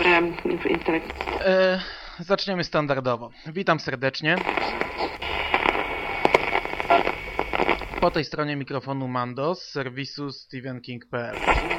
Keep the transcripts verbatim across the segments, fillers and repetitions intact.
które intelekt... E, zaczniemy standardowo. Witam serdecznie. Po tej stronie mikrofonu Mando z serwisu Stephen King kropka p l.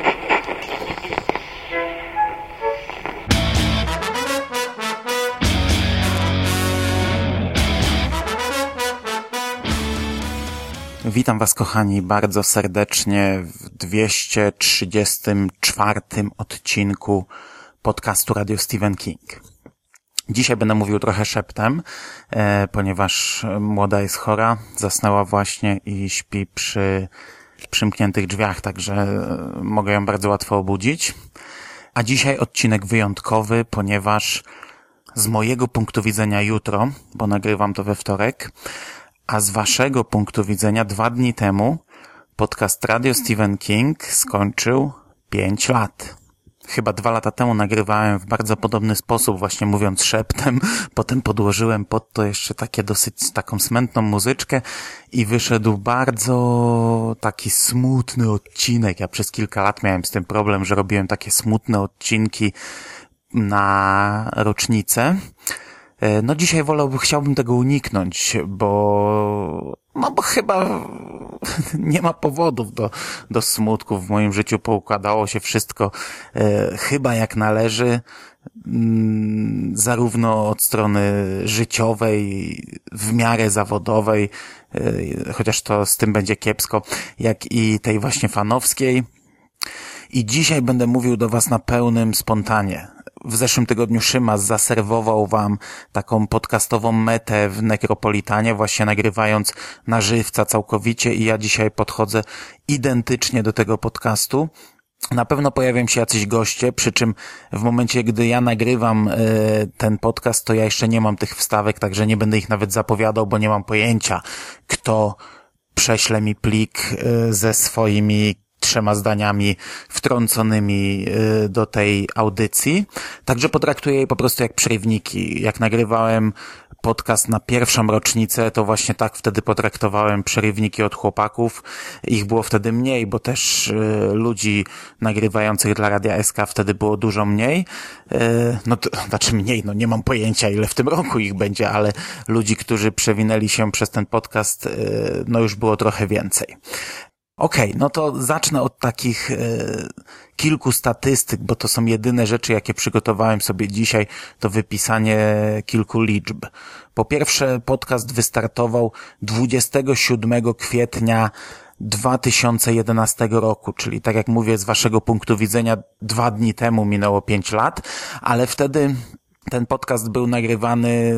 Witam Was, kochani, bardzo serdecznie w dwieście trzydziestym czwartym odcinku podcastu Radio Stephen King. Dzisiaj będę mówił trochę szeptem, e, ponieważ młoda jest chora, zasnęła właśnie i śpi przy przymkniętych drzwiach, także mogę ją bardzo łatwo obudzić. A dzisiaj odcinek wyjątkowy, ponieważ z mojego punktu widzenia jutro, bo nagrywam to we wtorek, a z waszego punktu widzenia dwa dni temu podcast Radio Stephen King skończył pięć lat. Chyba dwa lata temu nagrywałem w bardzo podobny sposób, właśnie mówiąc szeptem, potem podłożyłem pod to jeszcze takie dosyć taką smętną muzyczkę i wyszedł bardzo taki smutny odcinek. Ja przez kilka lat miałem z tym problem, że robiłem takie smutne odcinki na rocznicę. No dzisiaj wolałbym, chciałbym tego uniknąć, bo no bo chyba nie ma powodów do, do smutku. W moim życiu poukładało się wszystko e, chyba jak należy, m, zarówno od strony życiowej, w miarę zawodowej, e, chociaż to z tym będzie kiepsko, jak i tej właśnie fanowskiej. I dzisiaj będę mówił do was na pełnym spontanie. W zeszłym tygodniu Szymas zaserwował wam taką podcastową metę w Nekropolitanie, właśnie nagrywając na żywca całkowicie, i ja dzisiaj podchodzę identycznie do tego podcastu. Na pewno pojawią się jacyś goście, przy czym w momencie, gdy ja nagrywam y, ten podcast, to ja jeszcze nie mam tych wstawek, także nie będę ich nawet zapowiadał, bo nie mam pojęcia, kto prześle mi plik y, ze swoimi trzema zdaniami wtrąconymi do tej audycji. Także potraktuję je po prostu jak przerywniki. Jak nagrywałem podcast na pierwszą rocznicę, to właśnie tak wtedy potraktowałem przerywniki od chłopaków. Ich było wtedy mniej, bo też y, ludzi nagrywających dla Radia S K wtedy było dużo mniej. Y, no to znaczy mniej, no nie mam pojęcia, ile w tym roku ich będzie, ale ludzi, którzy przewinęli się przez ten podcast, y, no już było trochę więcej. Okej, okay, no to zacznę od takich e, kilku statystyk, bo to są jedyne rzeczy, jakie przygotowałem sobie dzisiaj, to wypisanie kilku liczb. Po pierwsze, podcast wystartował dwudziestego siódmego kwietnia dwa tysiące jedenastego roku, czyli tak jak mówię, z waszego punktu widzenia dwa dni temu minęło pięć lat, ale wtedy ten podcast był nagrywany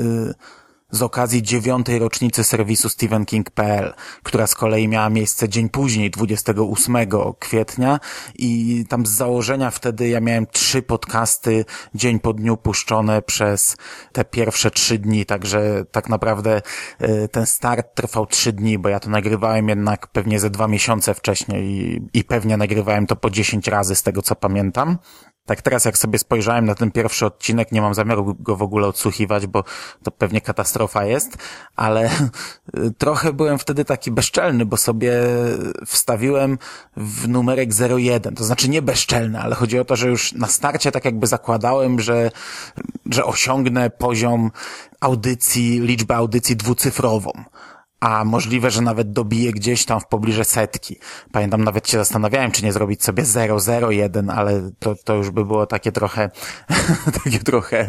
e, z okazji dziewiątej rocznicy serwisu Stephen King kropka p l, która z kolei miała miejsce dzień później, dwudziestego ósmego kwietnia, i tam z założenia wtedy ja miałem trzy podcasty dzień po dniu puszczone przez te pierwsze trzy dni, także tak naprawdę ten start trwał trzy dni, bo ja to nagrywałem jednak pewnie ze dwa miesiące wcześniej i, i pewnie nagrywałem to po dziesięć razy z tego, co pamiętam. Tak teraz jak sobie spojrzałem na ten pierwszy odcinek, nie mam zamiaru go w ogóle odsłuchiwać, bo to pewnie katastrofa jest, ale trochę byłem wtedy taki bezczelny, bo sobie wstawiłem w numerek zero jeden, to znaczy nie bezczelny, ale chodzi o to, że już na starcie tak jakby zakładałem, że, że osiągnę poziom audycji, liczbę audycji dwucyfrową. A możliwe, że nawet dobiję gdzieś tam w pobliżu setki. Pamiętam, nawet się zastanawiałem, czy nie zrobić sobie zero zero jeden, ale to, to już by było takie trochę, takie trochę,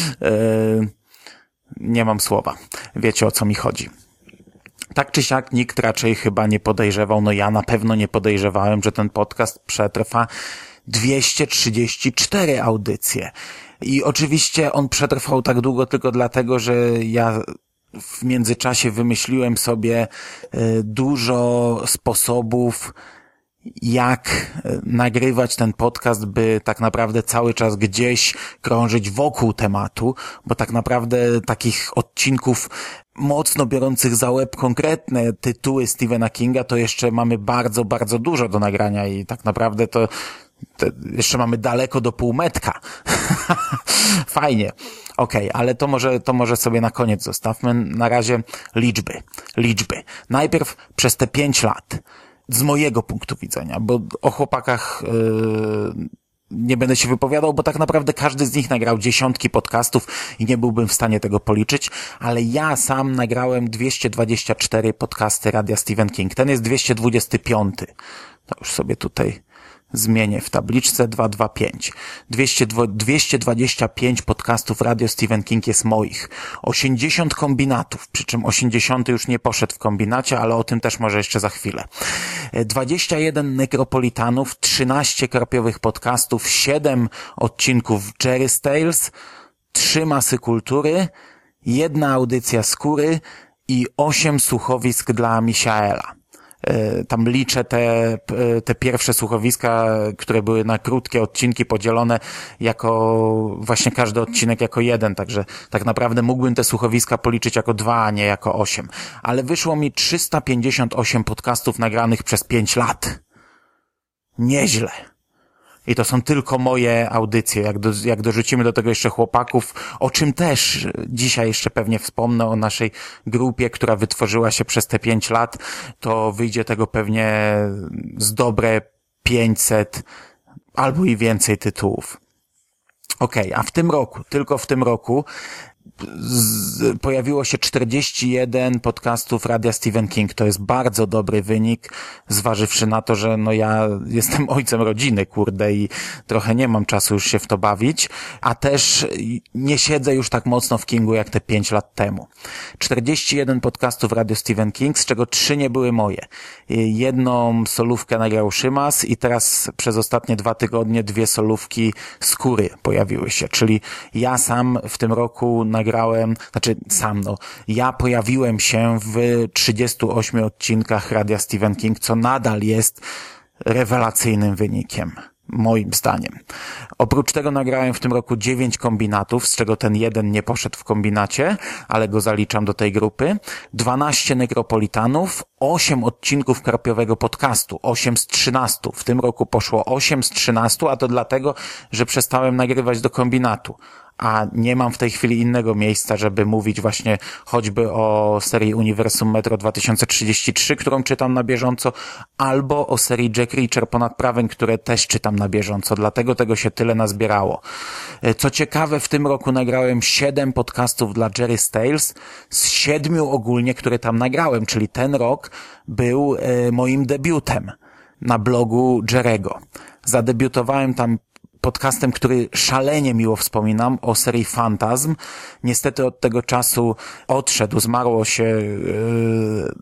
yy, nie mam słowa. Wiecie, o co mi chodzi. Tak czy siak nikt raczej chyba nie podejrzewał, no ja na pewno nie podejrzewałem, że ten podcast przetrwa dwieście trzydzieści cztery audycje. I oczywiście on przetrwał tak długo tylko dlatego, że ja w międzyczasie wymyśliłem sobie dużo sposobów, jak nagrywać ten podcast, by tak naprawdę cały czas gdzieś krążyć wokół tematu, bo tak naprawdę takich odcinków mocno biorących za łeb konkretne tytuły Stephena Kinga to jeszcze mamy bardzo, bardzo dużo do nagrania i tak naprawdę to, to jeszcze mamy daleko do półmetka. Fajnie. Okej, okay, ale to może, to może sobie na koniec zostawmy. Na razie liczby. Liczby. Najpierw przez te pięć lat. Z mojego punktu widzenia, bo o chłopakach yy, nie będę się wypowiadał, bo tak naprawdę każdy z nich nagrał dziesiątki podcastów i nie byłbym w stanie tego policzyć, ale ja sam nagrałem dwieście dwadzieścia cztery podcasty Radia Stephen King. Ten jest dwieście dwudziesty piąty. To już sobie tutaj zmienię w tabliczce dwieście dwadzieścia pięć. dwieście dwadzieścia pięć podcastów Radio Stephen King jest moich. osiemdziesiąt kombinatów, przy czym osiemdziesiąty już nie poszedł w kombinacie, ale o tym też może jeszcze za chwilę. dwadzieścia jeden nekropolitanów, trzynaście kropiowych podcastów, siedem odcinków Jerry's Tales, trzy masy kultury, jedna audycja skóry i osiem słuchowisk dla Michaela. Tam liczę te, te pierwsze słuchowiska, które były na krótkie odcinki podzielone jako właśnie każdy odcinek jako jeden, także tak naprawdę mógłbym te słuchowiska policzyć jako dwa, a nie jako osiem. Ale wyszło mi trzysta pięćdziesiąt osiem podcastów nagranych przez pięć lat. Nieźle. I to są tylko moje audycje. Jak, do, jak dorzucimy do tego jeszcze chłopaków, o czym też dzisiaj jeszcze pewnie wspomnę, o naszej grupie, która wytworzyła się przez te pięć lat, to wyjdzie tego pewnie z dobre pięćset albo i więcej tytułów. Okej, okay, a w tym roku, tylko w tym roku Z, pojawiło się czterdzieści jeden podcastów Radia Stephen King. To jest bardzo dobry wynik, zważywszy na to, że no ja jestem ojcem rodziny, kurde, i trochę nie mam czasu już się w to bawić, a też nie siedzę już tak mocno w Kingu jak te pięć lat temu. czterdzieści jeden podcastów Radio Stephen King, z czego trzy nie były moje. Jedną solówkę nagrał Szymas i teraz przez ostatnie dwa tygodnie dwie solówki skóry pojawiły się, czyli ja sam w tym roku nagrałem, znaczy sam, no, ja pojawiłem się w trzydziestu ośmiu odcinkach Radia Stephen King, co nadal jest rewelacyjnym wynikiem, moim zdaniem. Oprócz tego nagrałem w tym roku dziewięć kombinatów, z czego ten jeden nie poszedł w kombinacie, ale go zaliczam do tej grupy, dwanaście nekropolitanów, osiem odcinków kropiowego podcastu, osiem z trzynastu. W tym roku poszło osiem z trzynastu, a to dlatego, że przestałem nagrywać do kombinatu. A nie mam w tej chwili innego miejsca, żeby mówić właśnie choćby o serii Uniwersum Metro dwa tysiące trzydzieści trzy, którą czytam na bieżąco, albo o serii Jack Reacher Ponad prawem, które też czytam na bieżąco, dlatego tego się tyle nazbierało. Co ciekawe, w tym roku nagrałem siedem podcastów dla Jerry's Tales, z siedmiu ogólnie, które tam nagrałem, czyli ten rok był e, moim debiutem na blogu Jerry'ego. Zadebiutowałem tam podcastem, który szalenie miło wspominam, o serii Phantasm. Niestety od tego czasu odszedł, zmarło się yy,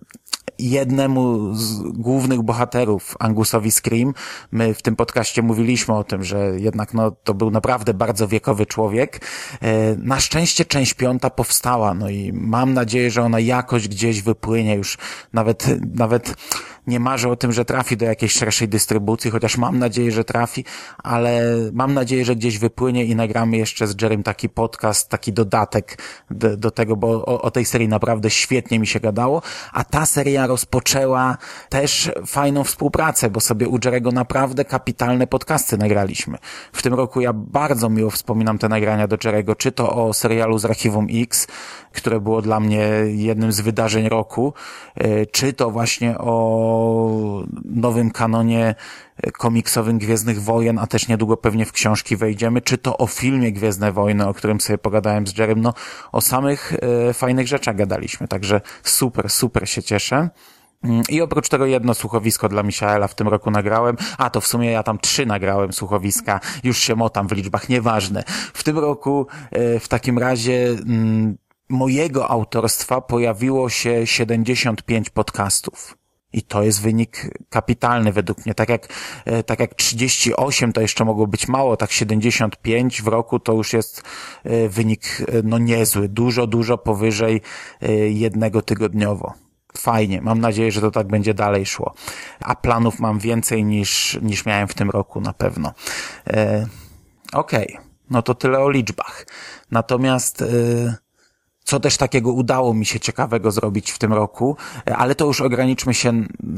jednemu z głównych bohaterów, Angusowi Scream. My w tym podcaście mówiliśmy o tym, że jednak no to był naprawdę bardzo wiekowy człowiek. Yy, na szczęście część piąta powstała, no i mam nadzieję, że ona jakoś gdzieś wypłynie już. Nawet, nawet nie marzę o tym, że trafi do jakiejś szerszej dystrybucji, chociaż mam nadzieję, że trafi, ale mam nadzieję, że gdzieś wypłynie i nagramy jeszcze z Jerrym taki podcast, taki dodatek do, do tego, bo o, o tej serii naprawdę świetnie mi się gadało, a ta seria rozpoczęła też fajną współpracę, bo sobie u Jerry'ego naprawdę kapitalne podcasty nagraliśmy. W tym roku ja bardzo miło wspominam te nagrania do Jerry'ego, czy to o serialu z Archiwum X, które było dla mnie jednym z wydarzeń roku, czy to właśnie o nowym kanonie komiksowym Gwiezdnych Wojen, a też niedługo pewnie w książki wejdziemy, czy to o filmie Gwiezdne Wojny, o którym sobie pogadałem z Jerrym, no o samych e, fajnych rzeczach gadaliśmy, także super, super się cieszę. I oprócz tego jedno słuchowisko dla Michaela w tym roku nagrałem, a to w sumie ja tam trzy nagrałem słuchowiska, już się motam w liczbach, nieważne. W tym roku e, w takim razie m, mojego autorstwa pojawiło się siedemdziesiąt pięć podcastów. I to jest wynik kapitalny według mnie. Tak jak, tak jak trzydzieści osiem to jeszcze mogło być mało, tak siedemdziesiąt pięć w roku to już jest wynik no niezły. Dużo, dużo powyżej jednego tygodniowo. Fajnie. Mam nadzieję, że to tak będzie dalej szło. A planów mam więcej niż, niż miałem w tym roku na pewno. E, Okej. Okay. No to tyle o liczbach. Natomiast... E, Co też takiego udało mi się ciekawego zrobić w tym roku, ale to już ograniczmy się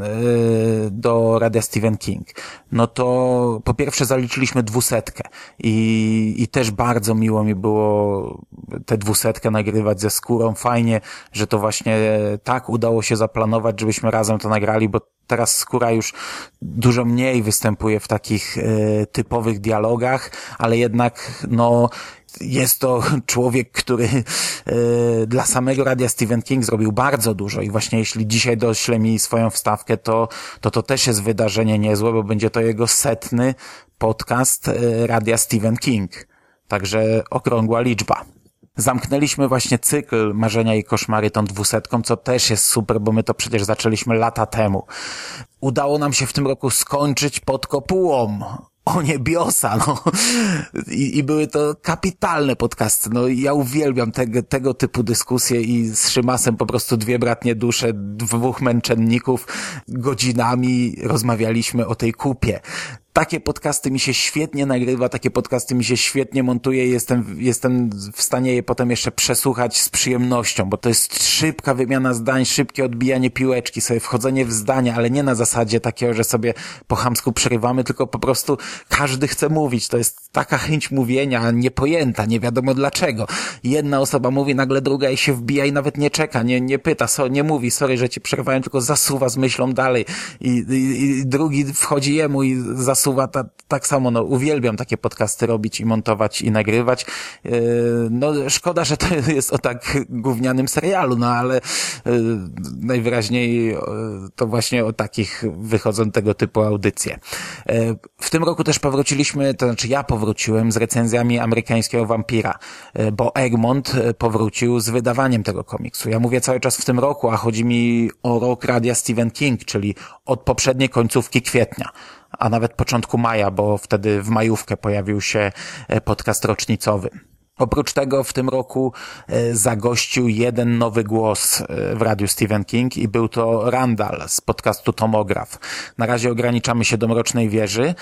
do Radia Stephen King. No to po pierwsze zaliczyliśmy dwusetkę i, i też bardzo miło mi było tę dwusetkę nagrywać ze skórą. Fajnie, że to właśnie tak udało się zaplanować, żebyśmy razem to nagrali, bo teraz Skóra już dużo mniej występuje w takich y, typowych dialogach, ale jednak no jest to człowiek, który y, dla samego Radia Stephen King zrobił bardzo dużo i właśnie jeśli dzisiaj dośle mi swoją wstawkę, to to, to też jest wydarzenie niezłe, bo będzie to jego setny podcast y, Radia Stephen King. Także okrągła liczba. Zamknęliśmy właśnie cykl Marzenia i koszmary tą dwusetką, co też jest super, bo my to przecież zaczęliśmy lata temu. Udało nam się w tym roku skończyć pod kopułą. O niebiosa, no. I, i były to kapitalne podcasty. No ja uwielbiam tego, tego typu dyskusje i z Szymasem po prostu dwie bratnie dusze, dwóch męczenników godzinami rozmawialiśmy o tej kupie. Takie podcasty mi się świetnie nagrywa, takie podcasty mi się świetnie montuje i jestem, jestem w stanie je potem jeszcze przesłuchać z przyjemnością, bo to jest szybka wymiana zdań, szybkie odbijanie piłeczki, sobie wchodzenie w zdania, ale nie na zasadzie takiego, że sobie po chamsku przerywamy, tylko po prostu każdy chce mówić. To jest taka chęć mówienia, niepojęta, nie wiadomo dlaczego. Jedna osoba mówi, nagle druga i się wbija i nawet nie czeka, nie, nie pyta, so, nie mówi, sorry, że ci przerwałem, tylko zasuwa z myślą dalej i, i, i drugi wchodzi jemu i zasuwa Ta, tak samo, no uwielbiam takie podcasty robić i montować i nagrywać. Yy, no szkoda, że to jest o tak gównianym serialu, no ale yy, najwyraźniej yy, to właśnie o takich wychodzą tego typu audycje. Yy, w tym roku też powróciliśmy, to znaczy ja powróciłem z recenzjami Amerykańskiego Wampira, yy, bo Egmont powrócił z wydawaniem tego komiksu. Ja mówię cały czas w tym roku, a chodzi mi o rok Radia Stephen King, czyli od poprzedniej końcówki kwietnia, a nawet początku maja, bo wtedy w majówkę pojawił się podcast rocznicowy. Oprócz tego w tym roku zagościł jeden nowy głos w Radiu Stephen King i był to Randall z podcastu Tomograf. Na razie ograniczamy się do Mrocznej Wieży,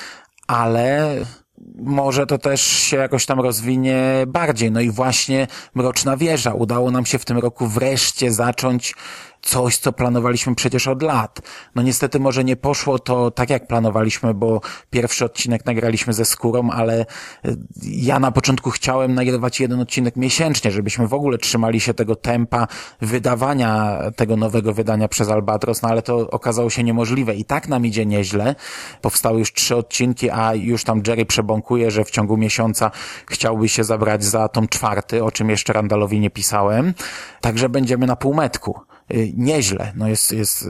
ale może to też się jakoś tam rozwinie bardziej. No i właśnie Mroczna Wieża. Udało nam się w tym roku wreszcie zacząć coś, co planowaliśmy przecież od lat. No niestety może nie poszło to tak, jak planowaliśmy, bo pierwszy odcinek nagraliśmy ze Skórą, ale ja na początku chciałem nagrywać jeden odcinek miesięcznie, żebyśmy w ogóle trzymali się tego tempa wydawania tego nowego wydania przez Albatros, no ale to okazało się niemożliwe. I tak nam idzie nieźle. Powstały już trzy odcinki, a już tam Jerry przebąkuje, że w ciągu miesiąca chciałby się zabrać za tom czwarty, o czym jeszcze Randallowi nie pisałem. Także będziemy na półmetku. Nieźle, no jest, jest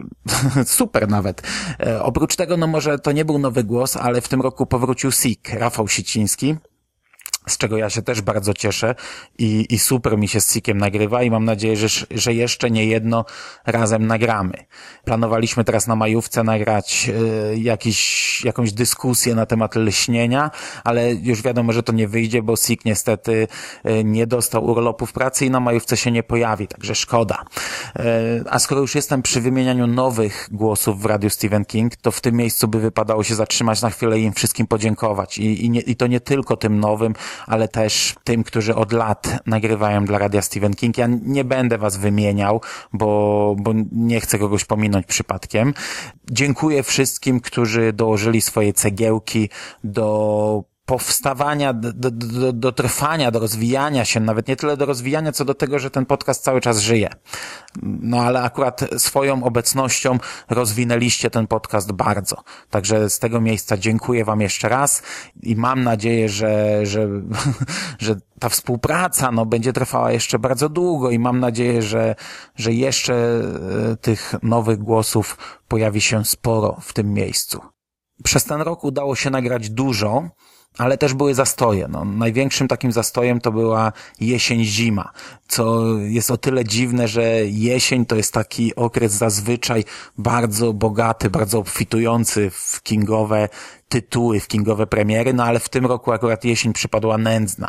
super nawet. E, oprócz tego, no może to nie był nowy głos, ale w tym roku powrócił Sik, Rafał Siciński, z czego ja się też bardzo cieszę i, i super mi się z Sikiem nagrywa i mam nadzieję, że, że jeszcze nie jedno razem nagramy. Planowaliśmy teraz na majówce nagrać y, jakiś, jakąś dyskusję na temat lśnienia, ale już wiadomo, że to nie wyjdzie, bo Sik niestety y, nie dostał urlopu w pracy i na majówce się nie pojawi, także szkoda. Y, a skoro już jestem przy wymienianiu nowych głosów w Radiu Stephen King, to w tym miejscu by wypadało się zatrzymać na chwilę i im wszystkim podziękować. I, i, nie, i to nie tylko tym nowym, ale też tym, którzy od lat nagrywają dla Radia Stephen King. Ja nie będę was wymieniał, bo, bo nie chcę kogoś pominąć przypadkiem. Dziękuję wszystkim, którzy dołożyli swoje cegiełki do powstawania, do, do, do, do trwania, do rozwijania się, nawet nie tyle do rozwijania, co do tego, że ten podcast cały czas żyje. No ale akurat swoją obecnością rozwinęliście ten podcast bardzo. Także z tego miejsca dziękuję wam jeszcze raz i mam nadzieję, że, że, że ta współpraca, no, będzie trwała jeszcze bardzo długo i mam nadzieję, że, że jeszcze tych nowych głosów pojawi się sporo w tym miejscu. Przez ten rok udało się nagrać dużo, ale też były zastoje. No, największym takim zastojem to była jesień-zima, co jest o tyle dziwne, że jesień to jest taki okres zazwyczaj bardzo bogaty, bardzo obfitujący w kingowe tytuły, w kingowe premiery, no ale w tym roku akurat jesień przypadła nędzna.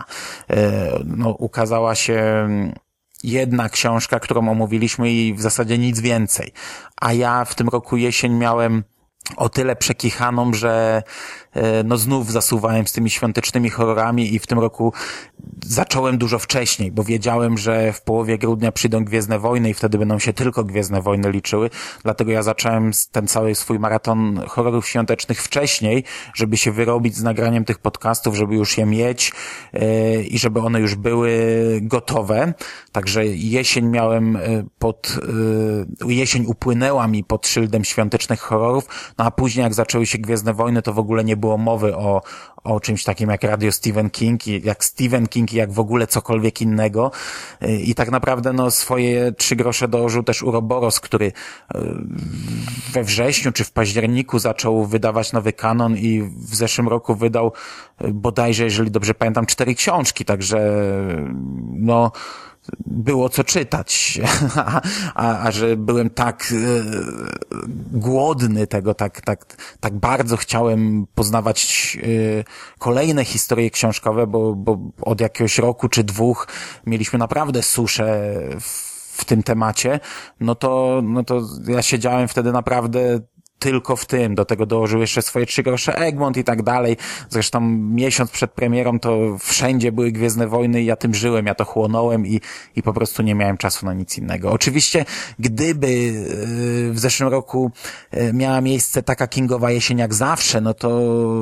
No, ukazała się jedna książka, którą omówiliśmy i w zasadzie nic więcej. A ja w tym roku jesień miałem o tyle przekichaną, że no znów zasuwałem z tymi świątecznymi horrorami i w tym roku zacząłem dużo wcześniej, bo wiedziałem, że w połowie grudnia przyjdą Gwiezdne Wojny i wtedy będą się tylko Gwiezdne Wojny liczyły, dlatego ja zacząłem ten cały swój maraton horrorów świątecznych wcześniej, żeby się wyrobić z nagraniem tych podcastów, żeby już je mieć yy, i żeby one już były gotowe. Także jesień miałem pod, yy, jesień upłynęła mi pod szyldem świątecznych horrorów, no a później jak zaczęły się Gwiezdne Wojny, to w ogóle nie było mowy o, o czymś takim jak Radio Stephen King, jak Stephen King, jak w ogóle cokolwiek innego. I tak naprawdę no swoje trzy grosze dołożył też Uroboros, który we wrześniu czy w październiku zaczął wydawać nowy kanon i w zeszłym roku wydał bodajże, jeżeli dobrze pamiętam, cztery książki, także no było co czytać, a, a, a że byłem tak e, głodny tego, tak, tak, tak bardzo chciałem poznawać e, kolejne historie książkowe, bo, bo od jakiegoś roku czy dwóch mieliśmy naprawdę suszę w, w tym temacie, no to, no to ja siedziałem wtedy naprawdę tylko w tym, do tego dołożył jeszcze swoje trzy grosze Egmont i tak dalej. Zresztą miesiąc przed premierą to wszędzie były Gwiezdne Wojny i ja tym żyłem, ja to chłonąłem i, i po prostu nie miałem czasu na nic innego. Oczywiście, gdyby yy, w zeszłym roku yy, miała miejsce taka kingowa jesień jak zawsze, no to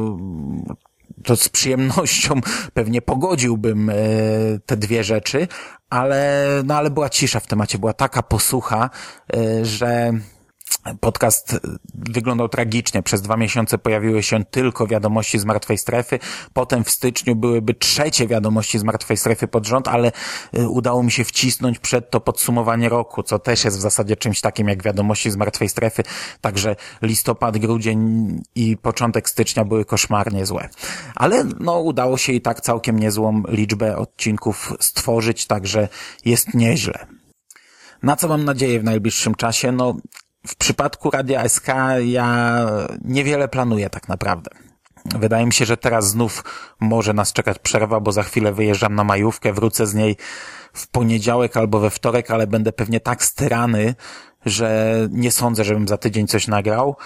to z przyjemnością pewnie pogodziłbym yy, te dwie rzeczy, ale no ale była cisza w temacie, była taka posłucha, yy, że podcast wyglądał tragicznie. Przez dwa miesiące pojawiły się tylko wiadomości z Martwej Strefy. Potem w styczniu byłyby trzecie wiadomości z Martwej Strefy pod rząd, ale udało mi się wcisnąć przed to podsumowanie roku, co też jest w zasadzie czymś takim jak wiadomości z Martwej Strefy. Także listopad, grudzień i początek stycznia były koszmarnie złe. Ale no udało się i tak całkiem niezłą liczbę odcinków stworzyć, także jest nieźle. Na co mam nadzieję w najbliższym czasie? No w przypadku Radia S K ja niewiele planuję tak naprawdę. Wydaje mi się, że teraz znów może nas czekać przerwa, bo za chwilę wyjeżdżam na majówkę, wrócę z niej w poniedziałek albo we wtorek, ale będę pewnie tak styrany, że nie sądzę, żebym za tydzień coś nagrał,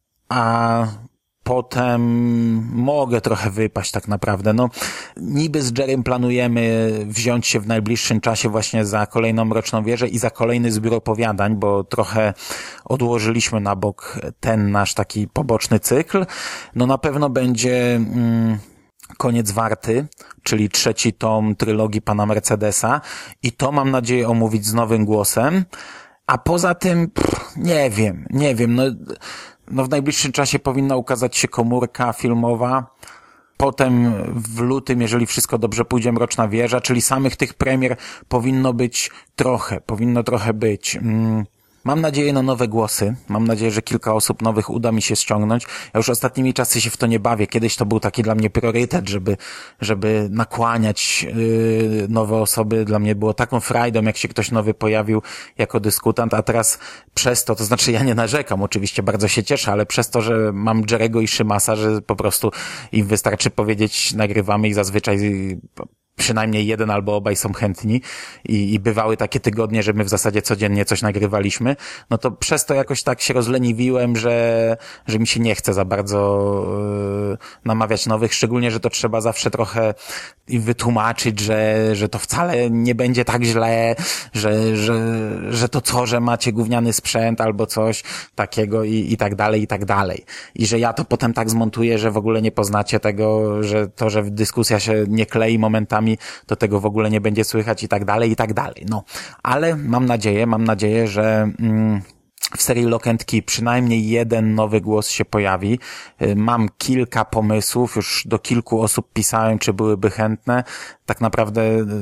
a potem mogę trochę wypaść tak naprawdę. No, niby z Jerrym planujemy wziąć się w najbliższym czasie właśnie za kolejną Mroczną Wieżę i za kolejny zbiór opowiadań, bo trochę odłożyliśmy na bok ten nasz taki poboczny cykl. No na pewno będzie mm, Koniec Warty, czyli trzeci tom trylogii Pana Mercedesa i to mam nadzieję omówić z nowym głosem. A poza tym, pff, nie wiem, nie wiem, no No w najbliższym czasie powinna ukazać się Komórka filmowa, potem w lutym, jeżeli wszystko dobrze pójdzie, Mroczna Wieża, czyli samych tych premier powinno być trochę, powinno trochę być. Mm. Mam nadzieję na nowe głosy. Mam nadzieję, że kilka osób nowych uda mi się ściągnąć. Ja już ostatnimi czasy się w to nie bawię. Kiedyś to był taki dla mnie priorytet, żeby, żeby nakłaniać yy, nowe osoby. Dla mnie było taką frajdą, jak się ktoś nowy pojawił jako dyskutant, a teraz przez to, to znaczy ja nie narzekam, oczywiście bardzo się cieszę, ale przez to, że mam Jerego i Szymasa, że po prostu im wystarczy powiedzieć, nagrywamy i zazwyczaj przynajmniej jeden albo obaj są chętni i, i bywały takie tygodnie, że my w zasadzie codziennie coś nagrywaliśmy, no to przez to jakoś tak się rozleniwiłem, że, że mi się nie chce za bardzo yy, namawiać nowych, szczególnie, że to trzeba zawsze trochę im wytłumaczyć, że, że to wcale nie będzie tak źle, że, że, że to co, że macie gówniany sprzęt albo coś takiego i, i tak dalej, i tak dalej. I że ja to potem tak zmontuję, że w ogóle nie poznacie tego, że to, że dyskusja się nie klei momentami, to tego w ogóle nie będzie słychać i tak dalej, i tak dalej. No, ale mam nadzieję, mam nadzieję, że mm, w serii Lock and Key przynajmniej jeden nowy głos się pojawi. Mam kilka pomysłów, już do kilku osób pisałem, czy byłyby chętne. Tak naprawdę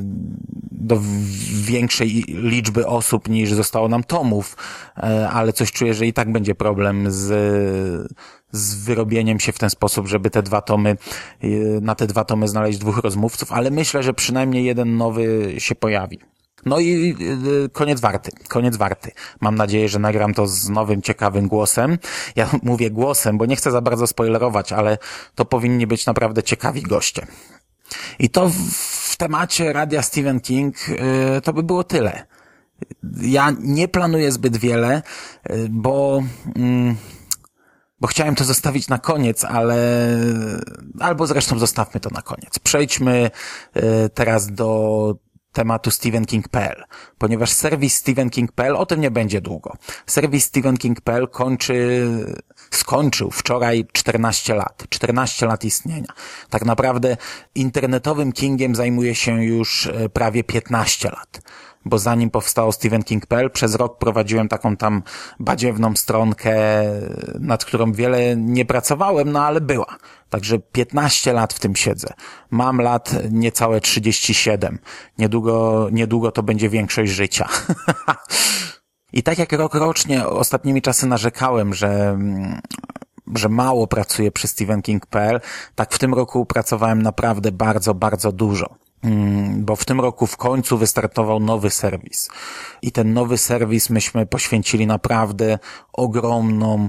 do większej liczby osób niż zostało nam tomów, ale coś czuję, że i tak będzie problem z, z wyrobieniem się w ten sposób, żeby te dwa tomy, na te dwa tomy znaleźć dwóch rozmówców, ale myślę, że przynajmniej jeden nowy się pojawi. No i Koniec Warty, Koniec Warty. Mam nadzieję, że nagram to z nowym, ciekawym głosem. Ja mówię głosem, bo nie chcę za bardzo spoilerować, ale to powinni być naprawdę ciekawi goście. I to w, w temacie Radia Stephen King yy, to by było tyle. Ja nie planuję zbyt wiele, yy, bo... Yy, bo chciałem to zostawić na koniec, ale albo zresztą zostawmy to na koniec. Przejdźmy teraz do tematu Stephen King kropka p l, ponieważ serwis Stephen King kropka p l, o tym nie będzie długo. Serwis Stephen King kropka p l kończy, skończył wczoraj czternaście lat. czternaście lat istnienia. Tak naprawdę internetowym Kingiem zajmuje się już prawie piętnaście lat. Bo zanim powstało Stephen King kropka p l, przez rok prowadziłem taką tam badziewną stronkę, nad którą wiele nie pracowałem, no ale była. Także piętnaście lat w tym siedzę. Mam lat niecałe trzydzieści siedem. Niedługo, niedługo to będzie większość życia. I tak jak rok rocznie ostatnimi czasy narzekałem, że że mało pracuję przy Stephen King kropka p l, tak w tym roku pracowałem naprawdę bardzo, bardzo dużo. Bo w tym roku w końcu wystartował nowy serwis i ten nowy serwis myśmy poświęcili naprawdę ogromną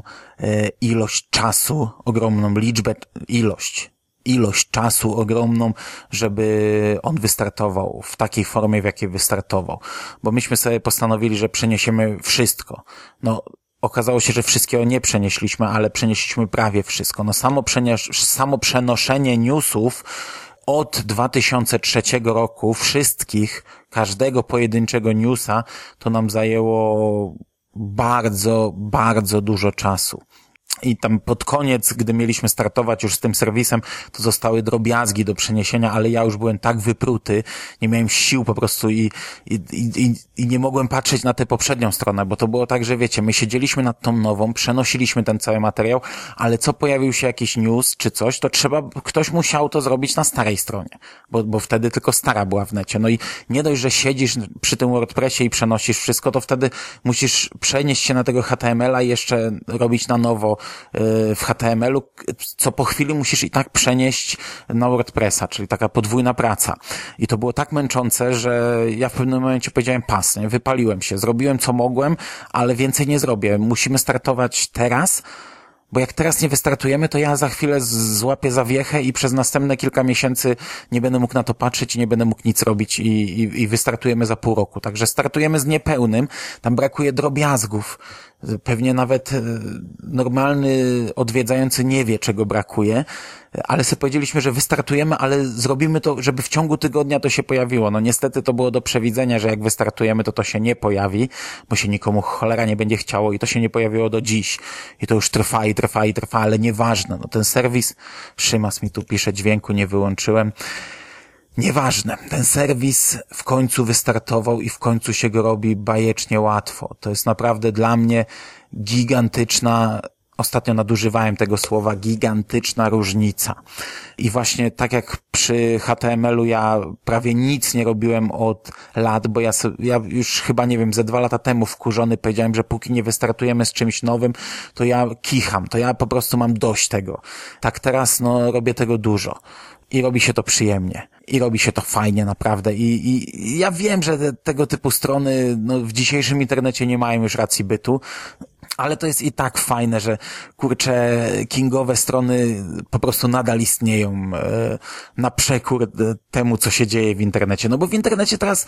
ilość czasu, ogromną liczbę, ilość, ilość czasu ogromną, żeby on wystartował w takiej formie, w jakiej wystartował. Bo myśmy sobie postanowili, że przeniesiemy wszystko. No, okazało się, że wszystkiego nie przenieśliśmy, ale przenieśliśmy prawie wszystko. No samo, przeniesz- samo przenoszenie newsów od dwa tysiące trzeciego roku wszystkich, każdego pojedynczego newsa, to nam zajęło bardzo, bardzo dużo czasu. I tam pod koniec, gdy mieliśmy startować już z tym serwisem, to zostały drobiazgi do przeniesienia, ale ja już byłem tak wypruty, nie miałem sił po prostu i, i, i, i nie mogłem patrzeć na tę poprzednią stronę, bo to było tak, że wiecie, my siedzieliśmy nad tą nową, przenosiliśmy ten cały materiał, ale co pojawił się jakiś news czy coś, to trzeba, ktoś musiał to zrobić na starej stronie, bo, bo wtedy tylko stara była w necie. No i nie dość, że siedzisz przy tym WordPressie i przenosisz wszystko, to wtedy musisz przenieść się na tego H T M L a i jeszcze robić na nowo w H T M L u, co po chwili musisz i tak przenieść na WordPressa, czyli taka podwójna praca. I to było tak męczące, że ja w pewnym momencie powiedziałem pas, nie? Wypaliłem się, zrobiłem co mogłem, ale więcej nie zrobię. Musimy startować teraz, bo jak teraz nie wystartujemy, to ja za chwilę złapię zawiechę i przez następne kilka miesięcy nie będę mógł na to patrzeć i nie będę mógł nic robić i, i, i wystartujemy za pół roku. Także startujemy z niepełnym, tam brakuje drobiazgów. Pewnie nawet normalny odwiedzający nie wie, czego brakuje, ale sobie powiedzieliśmy, że wystartujemy, ale zrobimy to, żeby w ciągu tygodnia to się pojawiło. No niestety to było do przewidzenia, że jak wystartujemy, to to się nie pojawi, bo się nikomu cholera nie będzie chciało i to się nie pojawiło do dziś. I to już trwa i trwa i trwa, ale nieważne. No ten serwis, Szymas mi tu pisze, dźwięku nie wyłączyłem. Nieważne, ten serwis w końcu wystartował i w końcu się go robi bajecznie łatwo. To jest naprawdę dla mnie gigantyczna, ostatnio nadużywałem tego słowa, gigantyczna różnica. I właśnie tak jak przy H T M L u ja prawie nic nie robiłem od lat, bo ja, ja już chyba, nie wiem, ze dwa lata temu wkurzony powiedziałem, że póki nie wystartujemy z czymś nowym, to ja kicham, to ja po prostu mam dość tego. Tak teraz, no, robię tego dużo. I robi się to przyjemnie. I robi się to fajnie, naprawdę. I, i, i ja wiem, że te, tego typu strony no, w dzisiejszym internecie nie mają już racji bytu, ale to jest i tak fajne, że kurczę, kingowe strony po prostu nadal istnieją e, na przekór temu, co się dzieje w internecie. No bo w internecie teraz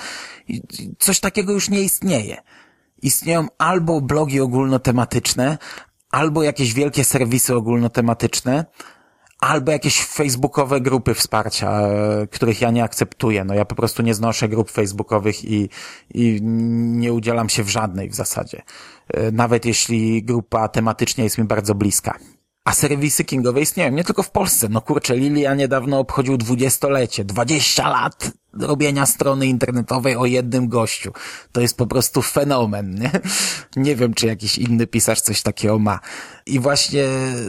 coś takiego już nie istnieje. Istnieją albo blogi ogólnotematyczne, albo jakieś wielkie serwisy ogólnotematyczne, albo jakieś facebookowe grupy wsparcia, których ja nie akceptuję. No ja po prostu nie znoszę grup facebookowych i, i nie udzielam się w żadnej w zasadzie. Nawet jeśli grupa tematycznie jest mi bardzo bliska. A serwisy kingowe istnieją nie tylko w Polsce. No kurczę, Lilia niedawno obchodził dwudziestolecie. dwadzieścia lat robienia strony internetowej o jednym gościu. To jest po prostu fenomen, nie? Nie wiem, czy jakiś inny pisarz coś takiego ma. I właśnie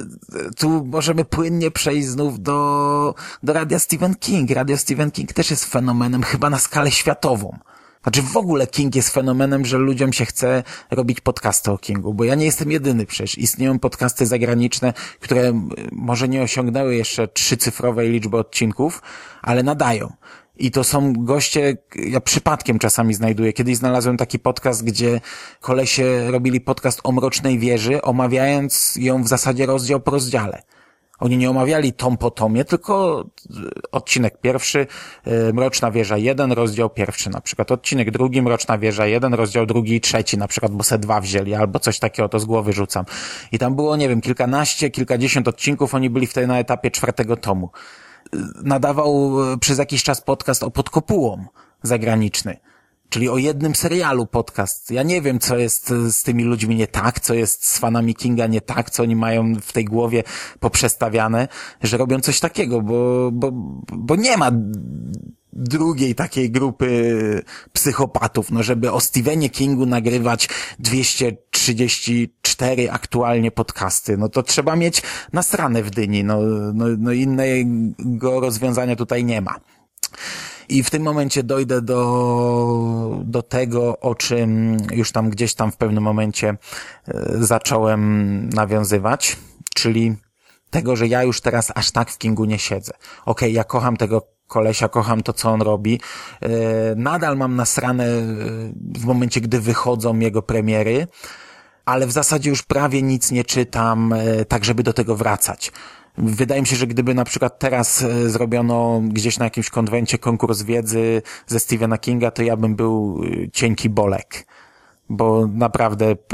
tu możemy płynnie przejść znów do, do Radia Stephen King. Radio Stephen King też jest fenomenem chyba na skalę światową. Znaczy w ogóle King jest fenomenem, że ludziom się chce robić podcasty o Kingu, bo ja nie jestem jedyny przecież. Istnieją podcasty zagraniczne, które może nie osiągnęły jeszcze trzycyfrowej liczby odcinków, ale nadają. I to są goście, ja przypadkiem czasami znajduję. Kiedyś znalazłem taki podcast, gdzie kolesie robili podcast o Mrocznej Wieży, omawiając ją w zasadzie rozdział po rozdziale. Oni nie omawiali tom po tomie, tylko odcinek pierwszy, Mroczna Wieża jeden, rozdział pierwszy na przykład. Odcinek drugi, Mroczna Wieża jeden, rozdział drugi i trzeci na przykład, bo se dwa wzięli albo coś takiego, to z głowy rzucam. I tam było, nie wiem, kilkanaście, kilkadziesiąt odcinków, oni byli wtedy na etapie czwartego tomu. Nadawał przez jakiś czas podcast o Podkopułom zagraniczny. Czyli o jednym serialu podcast. Ja nie wiem, co jest z tymi ludźmi nie tak, co jest z fanami Kinga nie tak, co oni mają w tej głowie poprzestawiane, że robią coś takiego, bo, bo, bo nie ma drugiej takiej grupy psychopatów, no żeby o Stephenie Kingu nagrywać dwieście trzydzieści cztery aktualnie podcasty, no to trzeba mieć nasrane w dyni, no, no, no innego rozwiązania tutaj nie ma. I w tym momencie dojdę do, do tego, o czym już tam gdzieś tam w pewnym momencie zacząłem nawiązywać, czyli tego, że ja już teraz aż tak w Kingu nie siedzę. Okej, okay, ja kocham tego kolesia, kocham to, co on robi. Nadal mam nasrane w momencie, gdy wychodzą jego premiery, ale w zasadzie już prawie nic nie czytam, tak żeby do tego wracać. Wydaje mi się, że gdyby na przykład teraz zrobiono gdzieś na jakimś konwencie konkurs wiedzy ze Stephena Kinga, to ja bym był cienki bolek, bo naprawdę yy,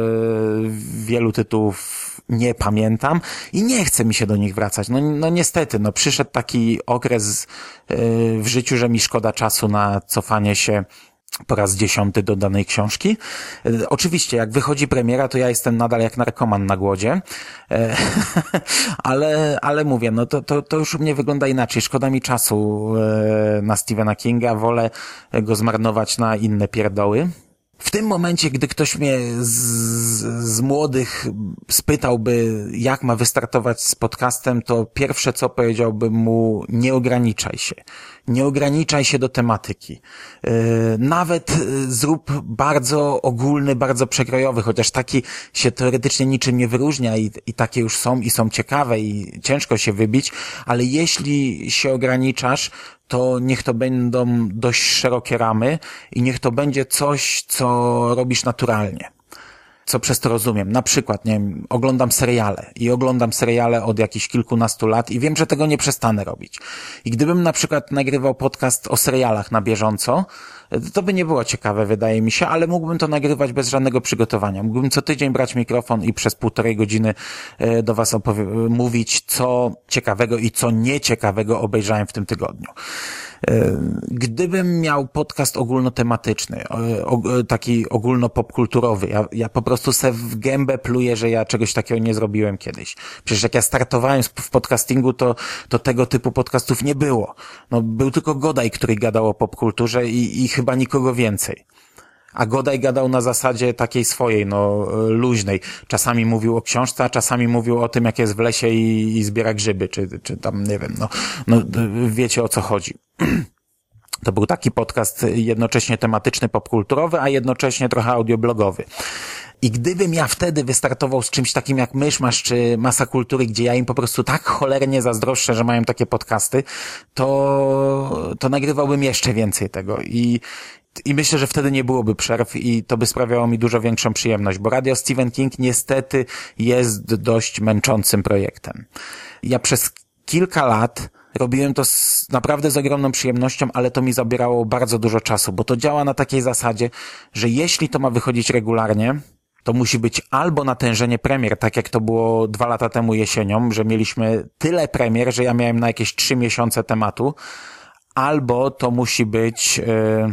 wielu tytułów nie pamiętam i nie chce mi się do nich wracać. No, no niestety, no przyszedł taki okres yy, w życiu, że mi szkoda czasu na cofanie się po raz dziesiąty do danej książki. E, oczywiście, jak wychodzi premiera, to ja jestem nadal jak narkoman na głodzie, e, ale, ale mówię, no to, to, to już u mnie wygląda inaczej. Szkoda mi czasu e, na Stephena Kinga, wolę go zmarnować na inne pierdoły. W tym momencie, gdy ktoś mnie z, z młodych spytałby, jak ma wystartować z podcastem, to pierwsze co powiedziałbym mu, nie ograniczaj się. Nie ograniczaj się do tematyki. Yy, nawet zrób bardzo ogólny, bardzo przekrojowy, chociaż taki się teoretycznie niczym nie wyróżnia i, i takie już są i są ciekawe i ciężko się wybić, ale jeśli się ograniczasz, to niech to będą dość szerokie ramy i niech to będzie coś, co robisz naturalnie. Co przez to rozumiem. Na przykład, nie wiem, oglądam seriale i oglądam seriale od jakichś kilkunastu lat i wiem, że tego nie przestanę robić. I gdybym na przykład nagrywał podcast o serialach na bieżąco, to by nie było ciekawe, wydaje mi się, ale mógłbym to nagrywać bez żadnego przygotowania. Mógłbym co tydzień brać mikrofon i przez półtorej godziny do was opowie- mówić, co ciekawego i co nieciekawego obejrzałem w tym tygodniu. Gdybym miał podcast ogólnotematyczny, taki ogólnopopkulturowy, ja, ja po prostu se w gębę pluję, że ja czegoś takiego nie zrobiłem kiedyś. Przecież jak ja startowałem w podcastingu, to, to tego typu podcastów nie było. No, był tylko Godaj, który gadał o popkulturze i, i chyba nikogo więcej. A Godaj gadał na zasadzie takiej swojej, no, luźnej. Czasami mówił o książce, a czasami mówił o tym, jak jest w lesie i, i zbiera grzyby, czy, czy tam, nie wiem, no, no, wiecie o co chodzi. To był taki podcast jednocześnie tematyczny, popkulturowy, a jednocześnie trochę audioblogowy. I gdybym ja wtedy wystartował z czymś takim jak Myszmasz czy Masa Kultury, gdzie ja im po prostu tak cholernie zazdroszczę, że mają takie podcasty, to, to nagrywałbym jeszcze więcej tego. I, I myślę, że wtedy nie byłoby przerw i to by sprawiało mi dużo większą przyjemność, bo Radio Stephen King niestety jest dość męczącym projektem. Ja przez kilka lat robiłem to z, naprawdę z ogromną przyjemnością, ale to mi zabierało bardzo dużo czasu, bo to działa na takiej zasadzie, że jeśli to ma wychodzić regularnie, to musi być albo natężenie premier, tak jak to było dwa lata temu jesienią, że mieliśmy tyle premier, że ja miałem na jakieś trzy miesiące tematu, albo to musi być, yy,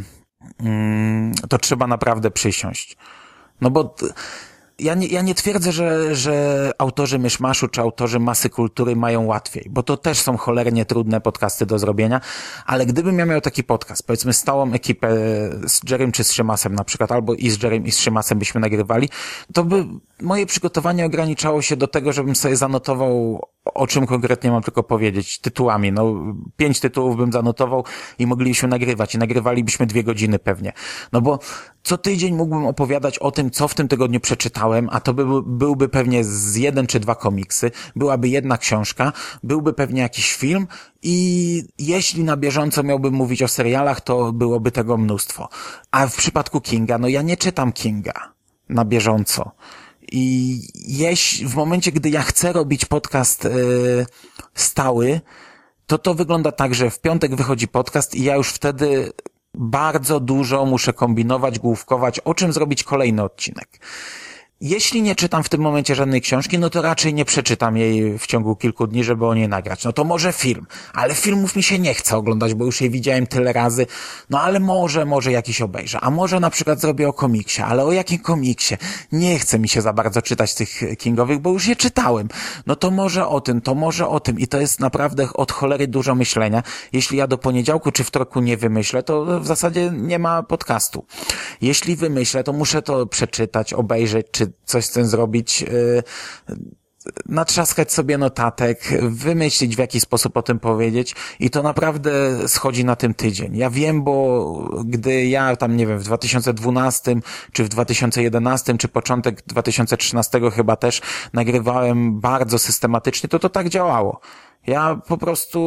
yy, to trzeba naprawdę przysiąść. No bo t- Ja nie, ja nie twierdzę, że, że autorzy Myszmaszu czy autorzy Masy Kultury mają łatwiej, bo to też są cholernie trudne podcasty do zrobienia, ale gdybym ja miał taki podcast, powiedzmy stałą ekipę z Jerrym czy z Szymasem na przykład, albo i z Jerrym i z Szymasem byśmy nagrywali, to by moje przygotowanie ograniczało się do tego, żebym sobie zanotował, o czym konkretnie mam tylko powiedzieć, tytułami. No, pięć tytułów bym zanotował i moglibyśmy nagrywać i nagrywalibyśmy dwie godziny pewnie. No bo co tydzień mógłbym opowiadać o tym, co w tym tygodniu przeczytałem, a to by, byłby pewnie z jeden czy dwa komiksy, byłaby jedna książka, byłby pewnie jakiś film i jeśli na bieżąco miałbym mówić o serialach, to byłoby tego mnóstwo. A w przypadku Kinga, no ja nie czytam Kinga na bieżąco. I jeśli w momencie, gdy ja chcę robić podcast yy, stały, to to wygląda tak, że w piątek wychodzi podcast i ja już wtedy bardzo dużo muszę kombinować, główkować, o czym zrobić kolejny odcinek. Jeśli nie czytam w tym momencie żadnej książki, no to raczej nie przeczytam jej w ciągu kilku dni, żeby o niej nagrać. No to może film, ale filmów mi się nie chce oglądać, bo już je widziałem tyle razy. No ale może, może jakiś obejrzę. A może na przykład zrobię o komiksie, ale o jakim komiksie? Nie chce mi się za bardzo czytać tych kingowych, bo już je czytałem. No to może o tym, to może o tym. I to jest naprawdę od cholery dużo myślenia. Jeśli ja do poniedziałku czy wtorku nie wymyślę, to w zasadzie nie ma podcastu. Jeśli wymyślę, to muszę to przeczytać, obejrzeć, czy coś z tym zrobić, yy, natrzaskać sobie notatek, wymyślić w jaki sposób o tym powiedzieć i to naprawdę schodzi na tym tydzień. Ja wiem, bo gdy ja tam, nie wiem, w dwa tysiące dwunastym, czy w dwa tysiące jedenastym, czy początek dwa tysiące trzynastego chyba też nagrywałem bardzo systematycznie, to to tak działało. Ja po prostu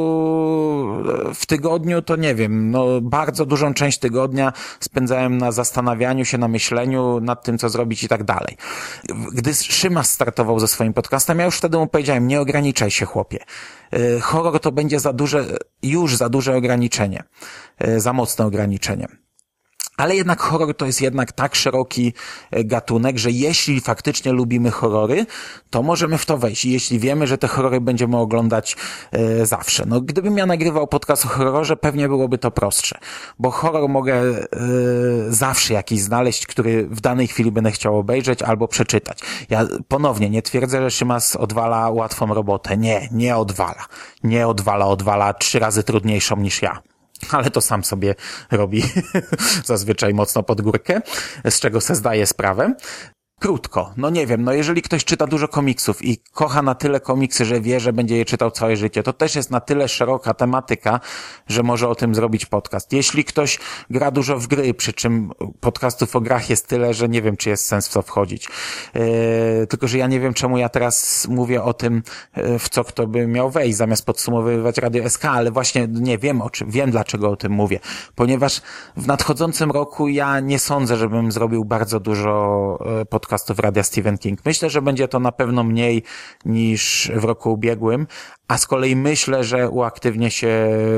w tygodniu to nie wiem, no bardzo dużą część tygodnia spędzałem na zastanawianiu się, na myśleniu nad tym, co zrobić i tak dalej. Gdy Szymas startował ze swoim podcastem, ja już wtedy mu powiedziałem, nie ograniczaj się, chłopie. Horror to będzie za duże, już za duże ograniczenie, za mocne ograniczenie. Ale jednak horror to jest jednak tak szeroki gatunek, że jeśli faktycznie lubimy horrory, to możemy w to wejść. I jeśli wiemy, że te horrory będziemy oglądać e, zawsze. No, gdybym ja nagrywał podcast o horrorze, pewnie byłoby to prostsze. Bo horror mogę e, zawsze jakiś znaleźć, który w danej chwili będę chciał obejrzeć albo przeczytać. Ja ponownie nie twierdzę, że Szymas odwala łatwą robotę. Nie, nie odwala. Nie odwala, odwala trzy razy trudniejszą niż ja. Ale to sam sobie robi zazwyczaj mocno pod górkę, z czego se zdaje sprawę. Krótko, no nie wiem, no jeżeli ktoś czyta dużo komiksów i kocha na tyle komiksy, że wie, że będzie je czytał całe życie, to też jest na tyle szeroka tematyka, że może o tym zrobić podcast. Jeśli ktoś gra dużo w gry, przy czym podcastów o grach jest tyle, że nie wiem, czy jest sens w to wchodzić. Yy, tylko, że ja nie wiem, czemu ja teraz mówię o tym, w co kto by miał wejść, zamiast podsumowywać Radio S K, ale właśnie nie wiem, o czym, wiem, dlaczego o tym mówię. Ponieważ w nadchodzącym roku ja nie sądzę, żebym zrobił bardzo dużo podcastów podcastów Radia Stephen King. Myślę, że będzie to na pewno mniej niż w roku ubiegłym, a z kolei myślę, że uaktywnię się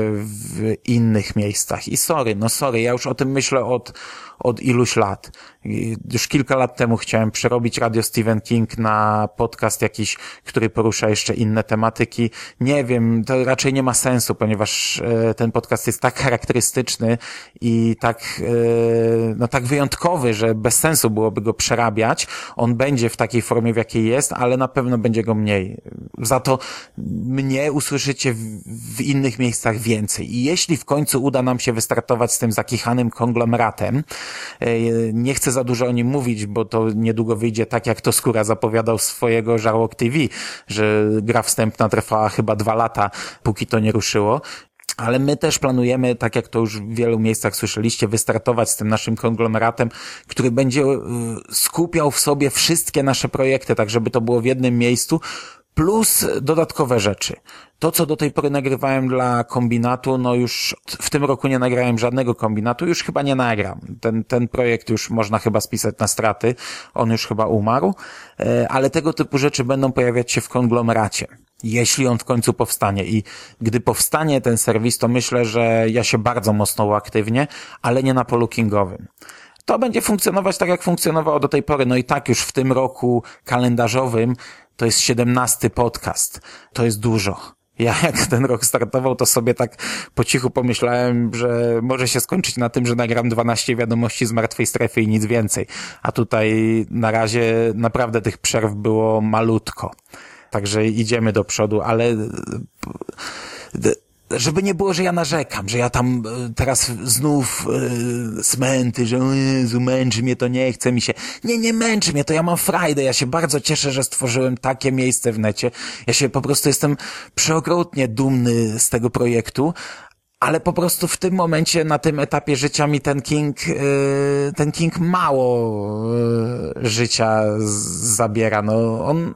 w innych miejscach. I sorry, no sorry, ja już o tym myślę od, od iluś lat. Już kilka lat temu chciałem przerobić Radio Stephen King na podcast jakiś, który porusza jeszcze inne tematyki. Nie wiem, to raczej nie ma sensu, ponieważ ten podcast jest tak charakterystyczny i tak, no tak wyjątkowy, że bez sensu byłoby go przerabiać. On będzie w takiej formie, w jakiej jest, ale na pewno będzie go mniej. Za to mnie usłyszycie w, w innych miejscach więcej. I jeśli w końcu uda nam się wystartować z tym zakichanym konglomeratem, nie chcę za dużo o nim mówić, bo to niedługo wyjdzie tak, jak to Skóra zapowiadał swojego Żarłok T V, że gra wstępna trwała chyba dwa lata, póki to nie ruszyło. Ale my też planujemy, tak jak to już w wielu miejscach słyszeliście, wystartować z tym naszym konglomeratem, który będzie skupiał w sobie wszystkie nasze projekty, tak żeby to było w jednym miejscu, plus dodatkowe rzeczy. To, co do tej pory nagrywałem dla kombinatu, no już w tym roku nie nagrałem żadnego kombinatu, już chyba nie nagram. Ten, ten projekt już można chyba spisać na straty, on już chyba umarł, ale tego typu rzeczy będą pojawiać się w konglomeracie, jeśli on w końcu powstanie. I gdy powstanie ten serwis, to myślę, że ja się bardzo mocno uaktywnię, ale nie na polu kingowym. To będzie funkcjonować tak, jak funkcjonowało do tej pory. No i tak już w tym roku kalendarzowym to jest siedemnasty podcast. To jest dużo. Ja jak ten rok startował, to sobie tak po cichu pomyślałem, że może się skończyć na tym, że nagram dwanaście wiadomości z martwej strefy i nic więcej. A tutaj na razie naprawdę tych przerw było malutko. Także idziemy do przodu, ale żeby nie było, że ja narzekam, że ja tam teraz znów e, smęty, że o Jezu, męczy mnie to, nie chce mi się. Nie, nie męczy mnie to, ja mam frajdę, ja się bardzo cieszę, że stworzyłem takie miejsce w necie. Ja się po prostu jestem przeokrutnie dumny z tego projektu, ale po prostu w tym momencie, na tym etapie życia mi ten King, e, ten King mało e, życia z, zabiera. No, on...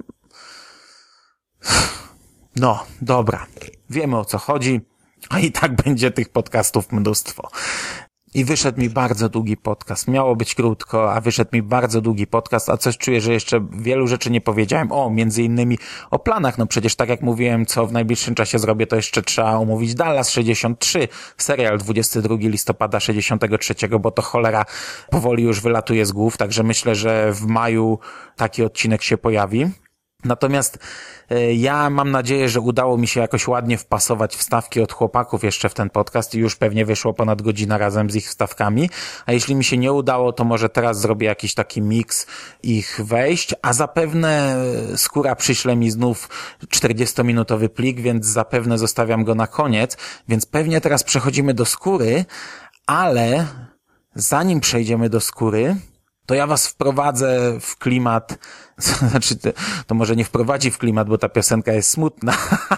No, dobra. Wiemy, o co chodzi, a i tak będzie tych podcastów mnóstwo. I wyszedł mi bardzo długi podcast. Miało być krótko, a wyszedł mi bardzo długi podcast, a coś czuję, że jeszcze wielu rzeczy nie powiedziałem. O, między innymi o planach. No przecież tak jak mówiłem, co w najbliższym czasie zrobię, to jeszcze trzeba omówić Dallas sześćdziesiąt trzy, serial dwudziestego drugiego listopada sześćdziesiątego trzeciego, bo to cholera powoli już wylatuje z głów, także myślę, że w maju taki odcinek się pojawi. Natomiast ja mam nadzieję, że udało mi się jakoś ładnie wpasować wstawki od chłopaków jeszcze w ten podcast i już pewnie wyszło ponad godzina razem z ich wstawkami, a jeśli mi się nie udało, to może teraz zrobię jakiś taki miks ich wejść, a zapewne Skóra przyśle mi znów czterdziestominutowy plik, więc zapewne zostawiam go na koniec, więc pewnie teraz przechodzimy do Skóry, ale zanim przejdziemy do Skóry, to ja was wprowadzę w klimat, znaczy to, to może nie wprowadzi w klimat, bo ta piosenka jest smutna,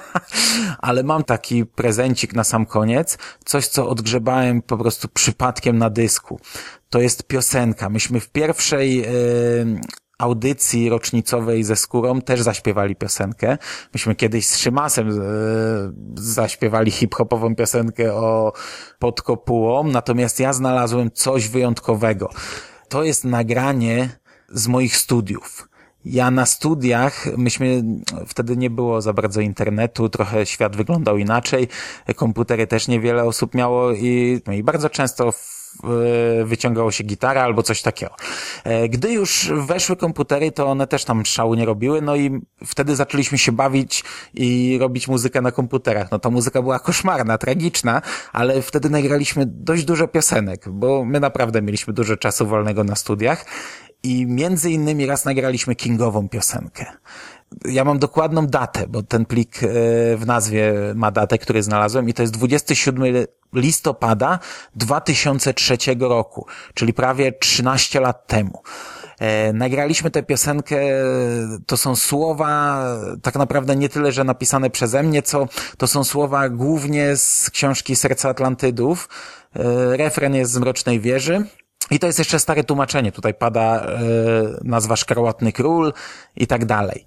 ale mam taki prezencik na sam koniec, coś co odgrzebałem po prostu przypadkiem na dysku. To jest piosenka. Myśmy w pierwszej yy, audycji rocznicowej ze Skórą też zaśpiewali piosenkę. Myśmy kiedyś z Szymasem yy, zaśpiewali hip-hopową piosenkę o Pod kopułą, natomiast ja znalazłem coś wyjątkowego. To jest nagranie z moich studiów. Ja na studiach, myśmy, wtedy nie było za bardzo internetu, trochę świat wyglądał inaczej, komputery też niewiele osób miało i, no i bardzo często wyciągało się gitara albo coś takiego. Gdy już weszły komputery, to one też tam szału nie robiły, no i wtedy zaczęliśmy się bawić i robić muzykę na komputerach. No ta muzyka była koszmarna, tragiczna, ale wtedy nagraliśmy dość dużo piosenek, bo my naprawdę mieliśmy dużo czasu wolnego na studiach i między innymi raz nagraliśmy Kingową piosenkę. Ja mam dokładną datę, bo ten plik w nazwie ma datę, który znalazłem i to jest dwudziestego siódmego listopada dwa tysiące trzeciego roku, czyli prawie trzynaście lat temu. E, nagraliśmy tę piosenkę, to są słowa tak naprawdę nie tyle, że napisane przeze mnie, co to są słowa głównie z książki Serce Atlantydów. E, refren jest z Mrocznej Wieży. I to jest jeszcze stare tłumaczenie. Tutaj pada e, nazwa Szkarłatny Król i tak dalej.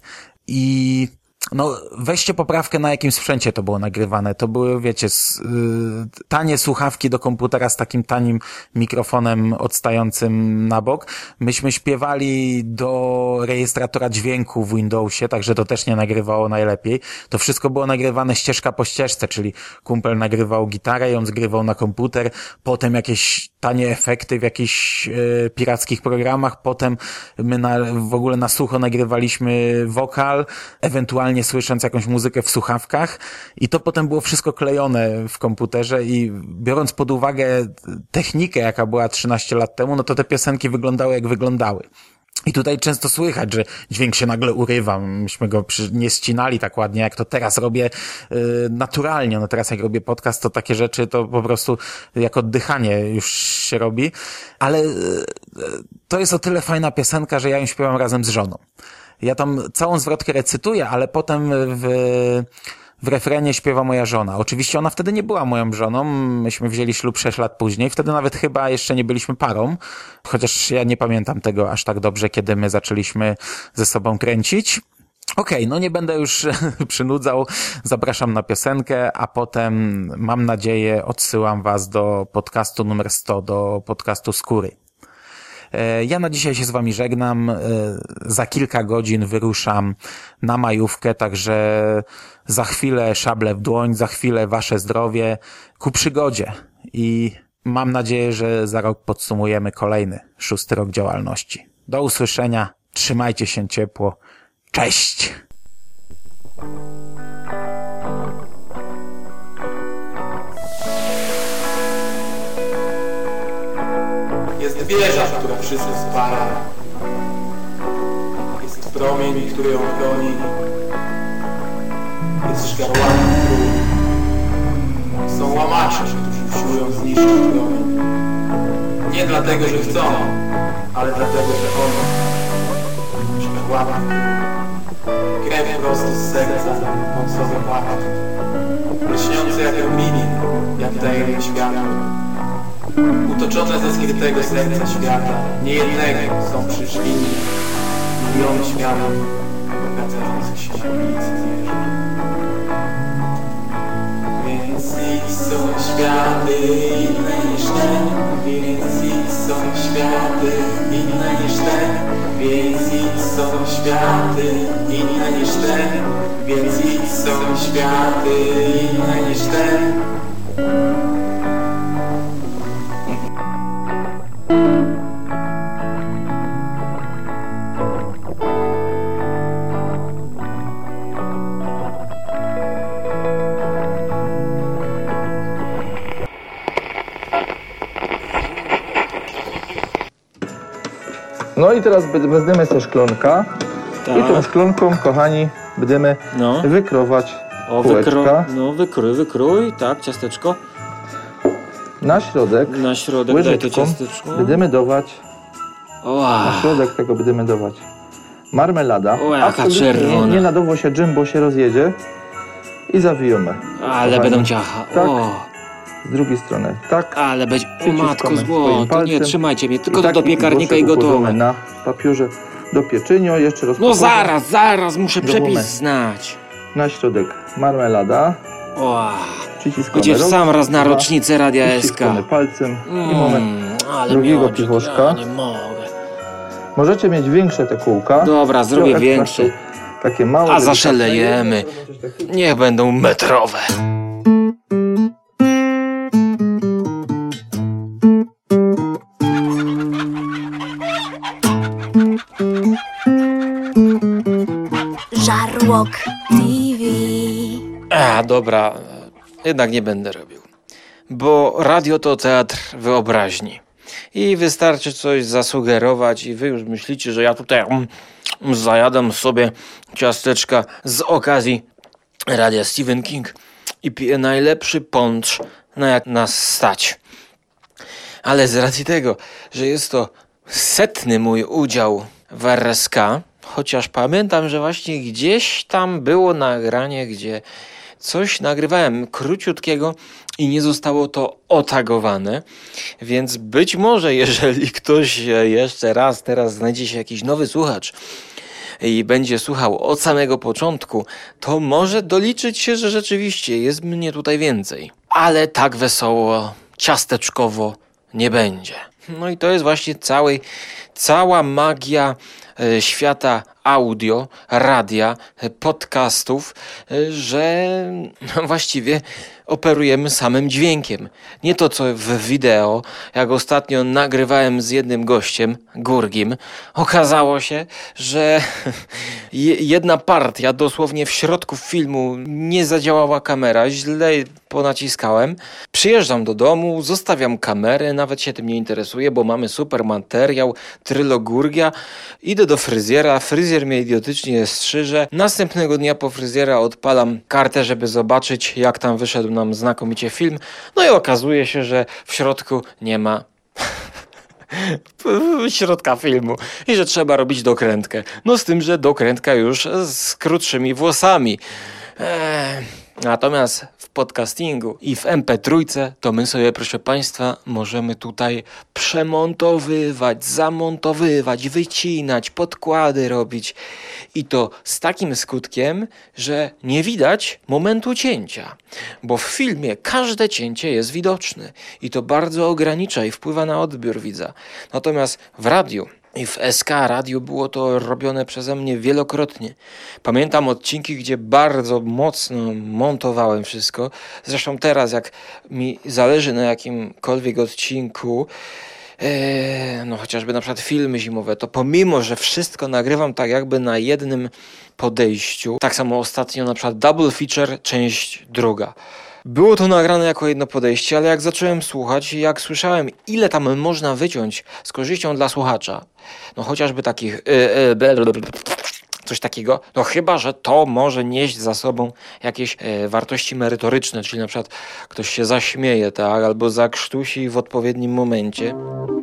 I no weźcie poprawkę, na jakim sprzęcie to było nagrywane. To były, wiecie, s, y, tanie słuchawki do komputera z takim tanim mikrofonem odstającym na bok. Myśmy śpiewali do rejestratora dźwięku w Windowsie, także to też nie nagrywało najlepiej. To wszystko było nagrywane ścieżka po ścieżce, czyli kumpel nagrywał gitarę, ją zgrywał na komputer, potem jakieś tanie efekty w jakichś y, pirackich programach, potem my na, w ogóle na sucho nagrywaliśmy wokal, ewentualnie nie słysząc jakąś muzykę w słuchawkach i to potem było wszystko klejone w komputerze i biorąc pod uwagę technikę, jaka była trzynaście lat temu, no to te piosenki wyglądały jak wyglądały. I tutaj często słychać, że dźwięk się nagle urywa. Myśmy go nie ścinali tak ładnie, jak to teraz robię yy, naturalnie. No teraz jak robię podcast, to takie rzeczy to po prostu jak oddychanie już się robi. Ale yy, to jest o tyle fajna piosenka, że ja ją śpiewam razem z żoną. Ja tam całą zwrotkę recytuję, ale potem w, w refrenie śpiewa moja żona. Oczywiście ona wtedy nie była moją żoną, myśmy wzięli ślub sześć lat później, wtedy nawet chyba jeszcze nie byliśmy parą, chociaż ja nie pamiętam tego aż tak dobrze, kiedy my zaczęliśmy ze sobą kręcić. Okej, okay, no nie będę już przynudzał, zapraszam na piosenkę, a potem mam nadzieję odsyłam was do podcastu numer sto, do podcastu Skóry. Ja na dzisiaj się z wami żegnam, za kilka godzin wyruszam na majówkę, także za chwilę szable w dłoń, za chwilę wasze zdrowie ku przygodzie i mam nadzieję, że za rok podsumujemy kolejny, szósty rok działalności. Do usłyszenia, trzymajcie się ciepło, cześć! Jest wieża, która wszystko spala. Jest promień, który ją chroni. Jest szkarłatny król. Są łamacze, którzy usiłują zniszczyć promień. Nie dlatego, że chcą, ale dlatego, że on, szkarłatny król, krew prosto z serca, mocowe płatki, lśniące jak rubinin, jak tajemne światło. Utoczone ze skrytego serca świata, niejednego są przyszli miliony światów, wracających się na ulicy wieży. Więc nic są światy inne niż ten. No i teraz będziemy ze szklonka Tak. i tą szklonką, kochani, będziemy No. wykrować O, kółeczka. wykrój, no wykrój, wykrój, tak, ciasteczko. Na środek Na środek daj to łyżeczką ciasteczko. będziemy dawać, Oła. na środek tego będziemy dawać marmelada. O, jaka Absolutnie czerwona. Nie, nie na dowo się dżem, bo się rozjedzie. I zawijamy. Ale Kochani, będą ciacha. tak. O, z drugiej strony tak. ale będzie. O Przyciskamy matko swoim złoto, nie, palcem. trzymajcie mnie, tylko I to taki do piekarnika i groszek gotowe. ułożony na papierze do pieczenia. Jeszcze raz No pokażę. zaraz, zaraz, muszę Do przepis momentu. znać. Na środek marmelada. O, Przyciskamy chociaż raz, sam raz na dwa, rocznicę Radia S K. Przyciskamy palcem i moment. Mm, ale drugiego miodzik, piwoszka. ja nie mogę. Możecie mieć większe te kółka. Dobra, zrobię jak większe. są Takie małe. A delikatne. zaszalejemy. Niech będą metrowe. Żarłok T V. A, dobra, jednak nie będę robił. Bo radio to teatr wyobraźni. I wystarczy coś zasugerować i wy już myślicie, że ja tutaj mm, zajadam sobie ciasteczka z okazji Radia Stephen King i piję najlepszy poncz, na jak nas stać. Ale z racji tego, że jest to setny mój udział w R S K, chociaż pamiętam, że właśnie gdzieś tam było nagranie, gdzie coś nagrywałem króciutkiego i nie zostało to otagowane, więc być może jeżeli ktoś jeszcze raz teraz znajdzie się jakiś nowy słuchacz i będzie słuchał od samego początku, to może doliczyć się, że rzeczywiście jest mnie tutaj więcej. Ale tak wesoło, ciasteczkowo nie będzie. No i to jest właśnie cały, cała magia e, świata audio, radia, e, podcastów, e, że właściwie operujemy samym dźwiękiem. Nie to co w wideo, jak ostatnio nagrywałem z jednym gościem, Gurgim, okazało się, że je- jedna partia, dosłownie w środku filmu, nie zadziałała kamera, źle ponaciskałem. Przyjeżdżam do domu, zostawiam kamerę, nawet się tym nie interesuję, bo mamy super materiał, trylogurgia. Idę do fryzjera, fryzjer mnie idiotycznie strzyże. Następnego dnia po fryzjera odpalam kartę, żeby zobaczyć, jak tam wyszedł nam znakomicie film. No i okazuje się, że w środku nie ma środka filmu i że trzeba robić dokrętkę. No z tym, że dokrętka już z krótszymi włosami. Eee, natomiast w podcastingu i w em pe trzy to my sobie, proszę Państwa, możemy tutaj przemontowywać, zamontowywać, wycinać, podkłady robić i to z takim skutkiem, że nie widać momentu cięcia, bo w filmie każde cięcie jest widoczne i to bardzo ogranicza i wpływa na odbiór widza. Natomiast w radiu i w es ka radiu było to robione przeze mnie wielokrotnie. Pamiętam odcinki, gdzie bardzo mocno montowałem wszystko. Zresztą teraz, jak mi zależy na jakimkolwiek odcinku, ee, no chociażby na przykład filmy zimowe, to pomimo, że wszystko nagrywam tak jakby na jednym podejściu, tak samo ostatnio na przykład double feature, część druga. Było to nagrane jako jedno podejście, ale jak zacząłem słuchać, jak słyszałem, ile tam można wyciąć z korzyścią dla słuchacza, no chociażby takich yy, yy, coś takiego, no chyba, że to może nieść za sobą jakieś yy, wartości merytoryczne, czyli na przykład ktoś się zaśmieje, tak, albo zakrztusi w odpowiednim momencie.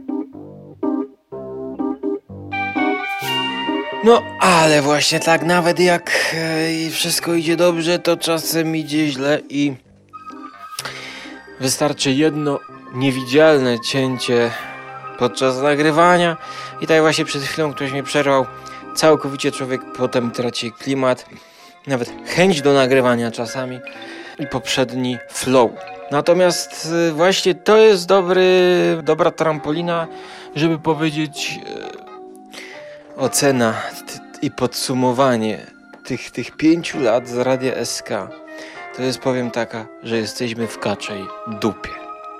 No, ale właśnie tak, nawet jak yy, wszystko idzie dobrze, to czasem idzie źle i wystarczy jedno niewidzialne cięcie podczas nagrywania i tak właśnie przed chwilą ktoś mnie przerwał. Całkowicie człowiek potem traci klimat, nawet chęć do nagrywania czasami i poprzedni flow. Natomiast właśnie to jest dobry, dobra trampolina, żeby powiedzieć e, ocena t- i podsumowanie tych, tych pięciu lat z Radia es ka. To jest, powiem, taka, że jesteśmy w kaczej dupie.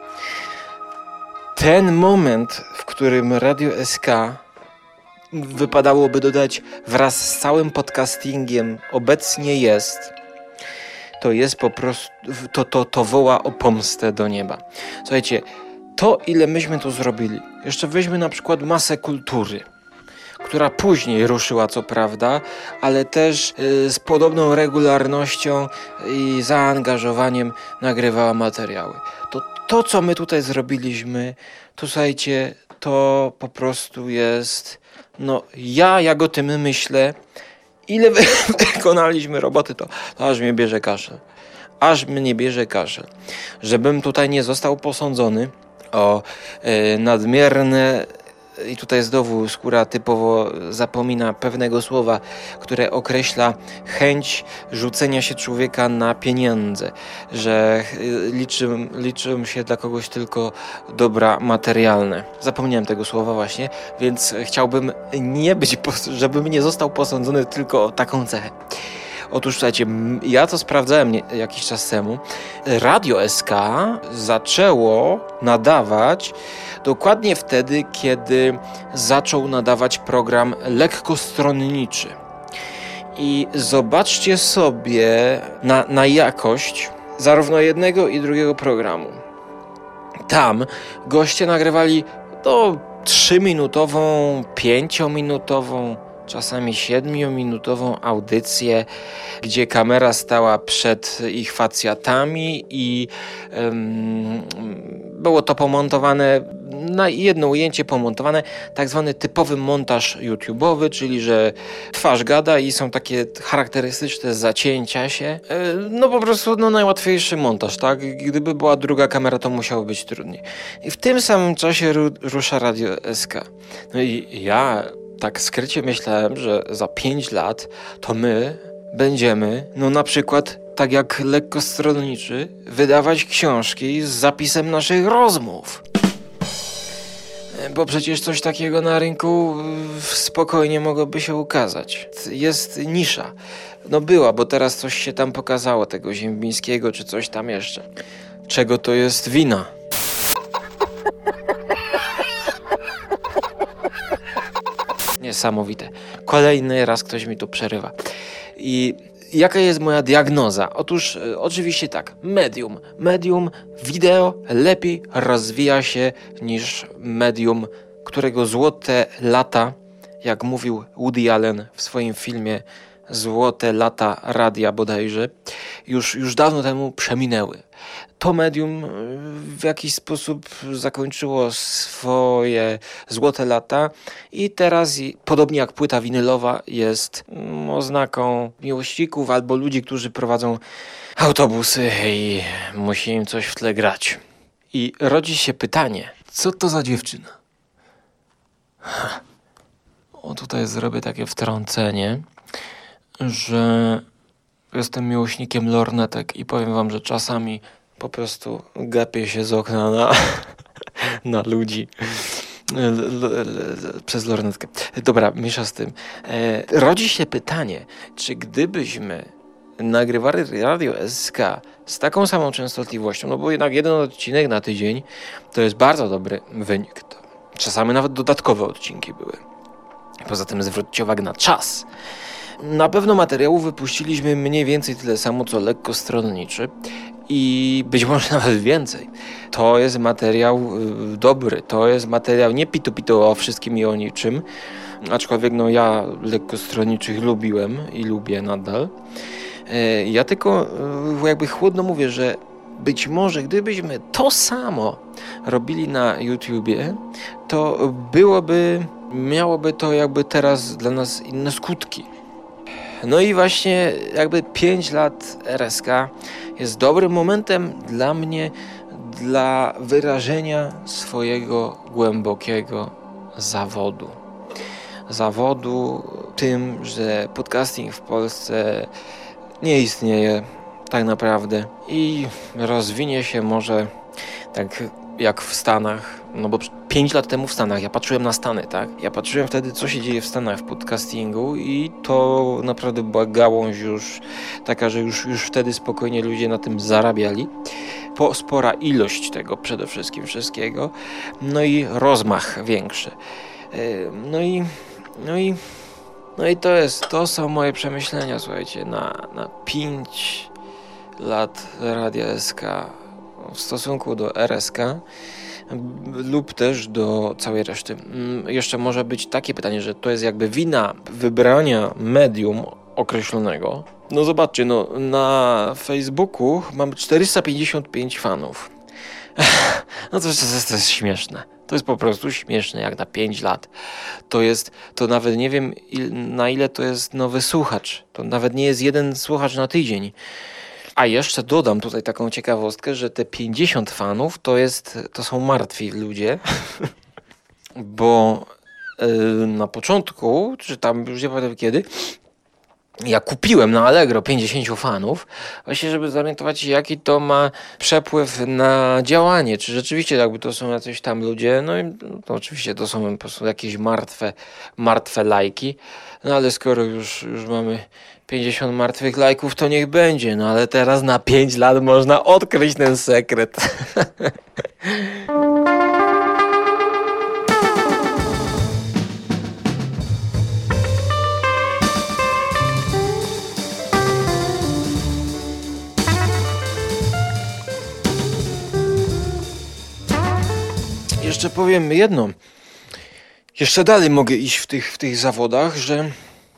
Ten moment, w którym Radio es ka wypadałoby dodać wraz z całym podcastingiem obecnie jest, to jest po prostu, to, to, to woła o pomstę do nieba. Słuchajcie, to ile myśmy tu zrobili, jeszcze weźmy na przykład masę kultury. która później ruszyła co prawda, ale też y, z podobną regularnością i zaangażowaniem nagrywała materiały. To, to co my tutaj zrobiliśmy, to słuchajcie, to po prostu jest, no ja jak o tym myślę, ile wy wykonaliśmy roboty, to, to aż mnie bierze kaszel. Aż mnie bierze kaszel. Żebym tutaj nie został posądzony o y, nadmierne, i tutaj znowu Skóra typowo zapomina pewnego słowa, które określa chęć rzucenia się człowieka na pieniądze, że liczą, liczą się dla kogoś tylko dobra materialne. Zapomniałem tego słowa właśnie, więc chciałbym nie być, żebym nie został posądzony tylko o taką cechę. Otóż słuchajcie, ja to sprawdzałem nie, jakiś czas temu. Radio S K zaczęło nadawać dokładnie wtedy, kiedy zaczął nadawać program lekkostronniczy. I zobaczcie sobie na, na jakość zarówno jednego i drugiego programu. Tam goście nagrywali to trzyminutową, pięciominutową, czasami siedmiominutową audycję, gdzie kamera stała przed ich facjatami i um, było to pomontowane, na jedno ujęcie pomontowane, tak zwany typowy montaż YouTube'owy, czyli że twarz gada i są takie charakterystyczne zacięcia się. No po prostu no, najłatwiejszy montaż, tak? Gdyby była druga kamera, to musiało być trudniej. I w tym samym czasie ru- rusza Radio S K. No i ja tak skrycie myślałem, że za pięć lat to my będziemy, no na przykład tak jak lekkostronniczy, wydawać książki z zapisem naszych rozmów. Bo przecież coś takiego na rynku spokojnie mogłoby się ukazać. Jest nisza. No była, bo teraz coś się tam pokazało, tego Ziembińskiego czy coś tam jeszcze. Czego to jest wina? Niesamowite. Kolejny raz ktoś mi tu przerywa. I jaka jest moja diagnoza? Otóż e, oczywiście tak, medium. Medium wideo lepiej rozwija się niż medium, którego złote lata, jak mówił Woody Allen w swoim filmie Złote lata radia bodajże, już, już dawno temu przeminęły. To medium w jakiś sposób zakończyło swoje złote lata i teraz, podobnie jak płyta winylowa, jest oznaką miłośników albo ludzi, którzy prowadzą autobusy i musi im coś w tle grać. I rodzi się pytanie, co to za dziewczyna? O, tutaj zrobię takie wtrącenie, że jestem miłośnikiem lornetek i powiem wam, że czasami po prostu gapię się z okna na, na ludzi l, l, l, przez lornetkę. Dobra, mniejsza z tym. E, rodzi się pytanie, czy gdybyśmy nagrywali Radio S K z taką samą częstotliwością, no bo jednak jeden odcinek na tydzień to jest bardzo dobry wynik. To czasami nawet dodatkowe odcinki były. Poza tym zwróćcie uwagę na czas. Na pewno materiału wypuściliśmy mniej więcej tyle samo, co lekkostronniczy i być może nawet więcej. To jest materiał y, dobry, to jest materiał nie pitu-pitu o wszystkim i o niczym, aczkolwiek no ja lekkostronniczych lubiłem i lubię nadal. Y, ja tylko y, jakby chłodno mówię, że być może gdybyśmy to samo robili na YouTubie, to byłoby, miałoby to jakby teraz dla nas inne skutki. No i właśnie jakby pięć lat R S K jest dobrym momentem dla mnie, dla wyrażenia swojego głębokiego zawodu. Zawodu tym, że podcasting w Polsce nie istnieje tak naprawdę i rozwinie się może tak jak w Stanach, no bo pięć lat temu w Stanach, ja patrzyłem na Stany, tak? Ja patrzyłem wtedy, co się dzieje w Stanach w podcastingu i to naprawdę była gałąź już taka, że już, już wtedy spokojnie ludzie na tym zarabiali. Po, spora ilość tego przede wszystkim wszystkiego, no i rozmach większy. No i, no i, no i to jest, to są moje przemyślenia, słuchajcie, na, na pięć lat Radia S K w stosunku do R S K. lub też do całej reszty. Jeszcze może być takie pytanie, że to jest jakby wina wybrania medium określonego. No zobaczcie, no na Facebooku mam czterysta pięćdziesiąt pięć fanów. No to, to, to jest śmieszne. To jest po prostu śmieszne, jak na pięć lat. To jest, to nawet nie wiem il, na ile to jest nowy słuchacz. To nawet nie jest jeden słuchacz na tydzień. A jeszcze dodam tutaj taką ciekawostkę, że te pięćdziesiąt fanów to jest, to są martwi ludzie, bo yy, na początku, czy tam już nie pamiętam kiedy, ja kupiłem na Allegro pięćdziesięciu fanów, właśnie żeby zorientować się, jaki to ma przepływ na działanie, czy rzeczywiście jakby to są jacyś tam ludzie, no i to oczywiście to są po prostu jakieś martwe, martwe lajki, no ale skoro już, już mamy pięćdziesiąt martwych lajków, to niech będzie, no ale teraz na pięć lat można odkryć ten sekret. Jeszcze powiem jedno. Jeszcze dalej mogę iść w tych, w tych zawodach, że,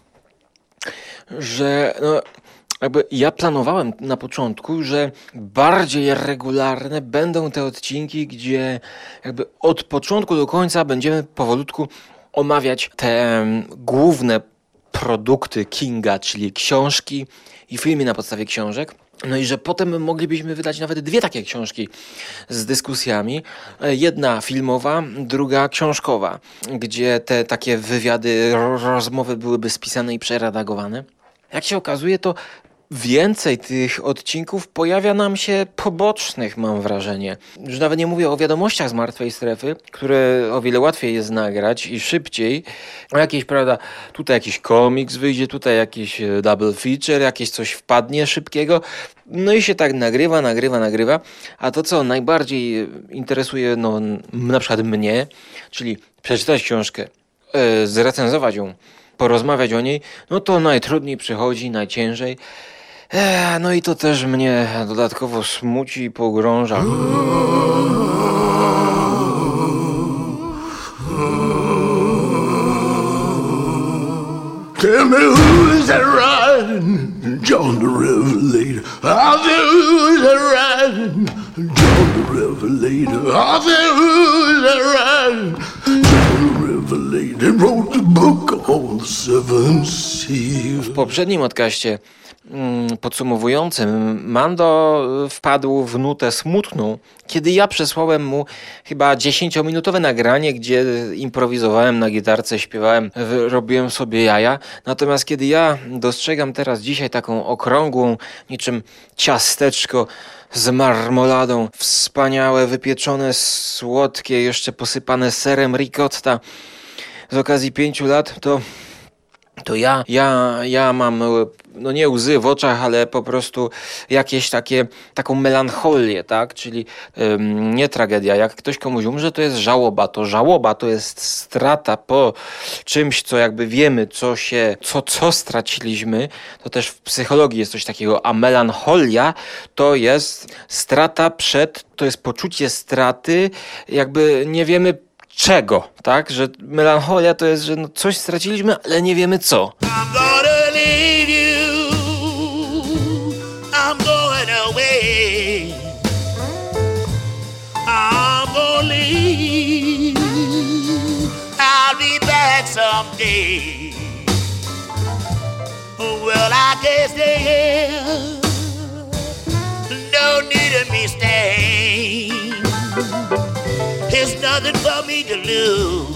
że no, jakby ja planowałem na początku, że bardziej regularne będą te odcinki, gdzie jakby od początku do końca będziemy powolutku omawiać te główne produkty Kinga, czyli książki i filmy na podstawie książek. No i że potem moglibyśmy wydać nawet dwie takie książki z dyskusjami. Jedna filmowa, druga książkowa, gdzie te takie wywiady, rozmowy byłyby spisane i przeredagowane. Jak się okazuje, to więcej tych odcinków pojawia nam się pobocznych, mam wrażenie. Już nawet nie mówię o wiadomościach z martwej strefy, które o wiele łatwiej jest nagrać i szybciej. Jakieś, prawda, tutaj jakiś komiks wyjdzie, tutaj jakiś double feature, jakieś coś wpadnie szybkiego. No i się tak nagrywa, nagrywa, nagrywa. A to, co najbardziej interesuje, no, na przykład mnie, czyli przeczytać książkę, yy, zrecenzować ją, porozmawiać o niej, no to najtrudniej przychodzi, najciężej. Eee, no i to też mnie dodatkowo smuci i pogrąża. Tell me who's that riding? John the Revelator. I say who's that riding? John the Revelator. I say who's that riding? John the Revelator wrote the book on the seven seals. W poprzednim podcaście podsumowującym Mando wpadł w nutę smutną, kiedy ja przesłałem mu chyba dziesięciominutowe nagranie, gdzie improwizowałem na gitarce, śpiewałem, robiłem sobie jaja. Natomiast kiedy ja dostrzegam teraz dzisiaj taką okrągłą, niczym ciasteczko z marmoladą, wspaniałe, wypieczone, słodkie, jeszcze posypane serem ricotta z okazji pięciu lat, to to ja, ja, ja mam, no nie łzy w oczach, ale po prostu jakieś takie, taką melancholię, tak? Czyli ym, nie tragedia. Jak ktoś komuś umrze, to jest żałoba. To żałoba to jest strata po czymś, co jakby wiemy, co się, co, co straciliśmy. To też w psychologii jest coś takiego. A melancholia to jest strata przed, to jest poczucie straty, jakby nie wiemy czego, tak? Że melancholia to jest, że no coś straciliśmy, ale nie wiemy co. I'm gonna leave you. I'm going away. I'm gonna leave. I'll be back someday. Well, I can't stay here. No need of me staying. There's nothing for me to lose.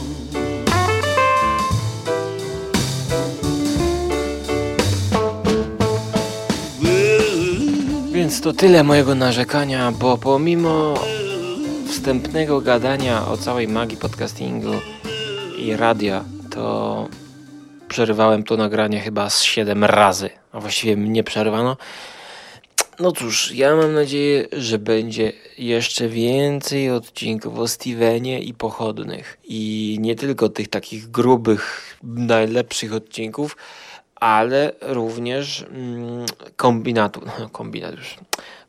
Więc to tyle mojego narzekania, bo pomimo wstępnego gadania o całej magii podcastingu i radia, to przerywałem to nagranie chyba z siedem razy, a właściwie mnie przerwano. No cóż, ja mam nadzieję, że będzie jeszcze więcej odcinków o Stevenie i pochodnych. I nie tylko tych takich grubych, najlepszych odcinków, ale również mm, kombinatu. Kombinat już.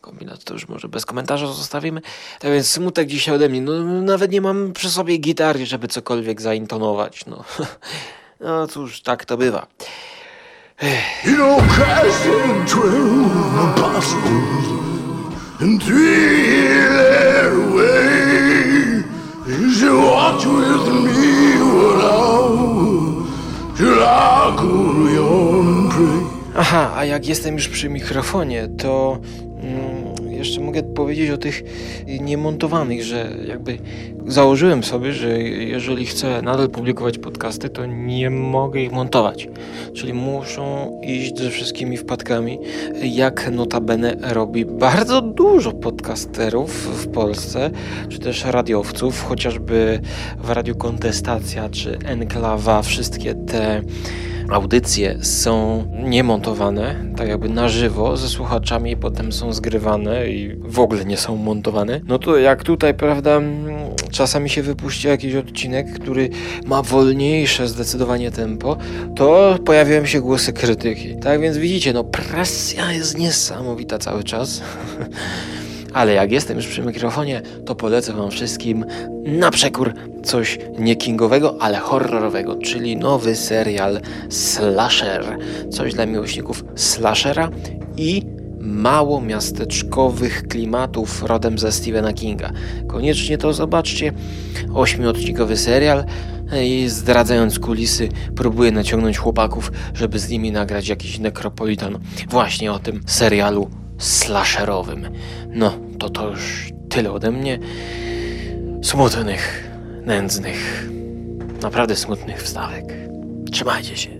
kombinat to już może bez komentarza zostawimy. Tak więc smutek dzisiaj ode mnie. No, nawet nie mam przy sobie gitary, żeby cokolwiek zaintonować. No, no cóż, tak to bywa. You know, casting twelve apostles and three led away. You should watch with me while till I go beyond pray. Aha, a jak jestem już przy mikrofonie, to mm, jeszcze mogę powiedzieć o tych niemontowanych, że jakby założyłem sobie, że jeżeli chcę nadal publikować podcasty, to nie mogę ich montować. Czyli muszą iść ze wszystkimi wpadkami, jak notabene robi bardzo dużo podcasterów w Polsce, czy też radiowców, chociażby w Radiu Kontestacja, czy Enklawa, wszystkie te audycje są niemontowane, tak jakby na żywo ze słuchaczami i potem są zgrywane i w ogóle nie są montowane. No to jak tutaj, prawda, czasami się wypuści jakiś odcinek, który ma wolniejsze zdecydowanie tempo, to pojawiają się głosy krytyki. Tak więc widzicie, no presja jest niesamowita cały czas. Ale jak jestem już przy mikrofonie, to polecę wam wszystkim na przekór coś nie kingowego, ale horrorowego, czyli nowy serial Slasher. Coś dla miłośników slashera i mało miasteczkowych klimatów rodem ze Stephena Kinga. Koniecznie to zobaczcie. Ośmiodcinkowy serial i zdradzając kulisy próbuję naciągnąć chłopaków, żeby z nimi nagrać jakiś Necropolitan właśnie o tym serialu slasherowym. No, to to już tyle ode mnie. Smutnych, nędznych, naprawdę smutnych wstawek. Trzymajcie się.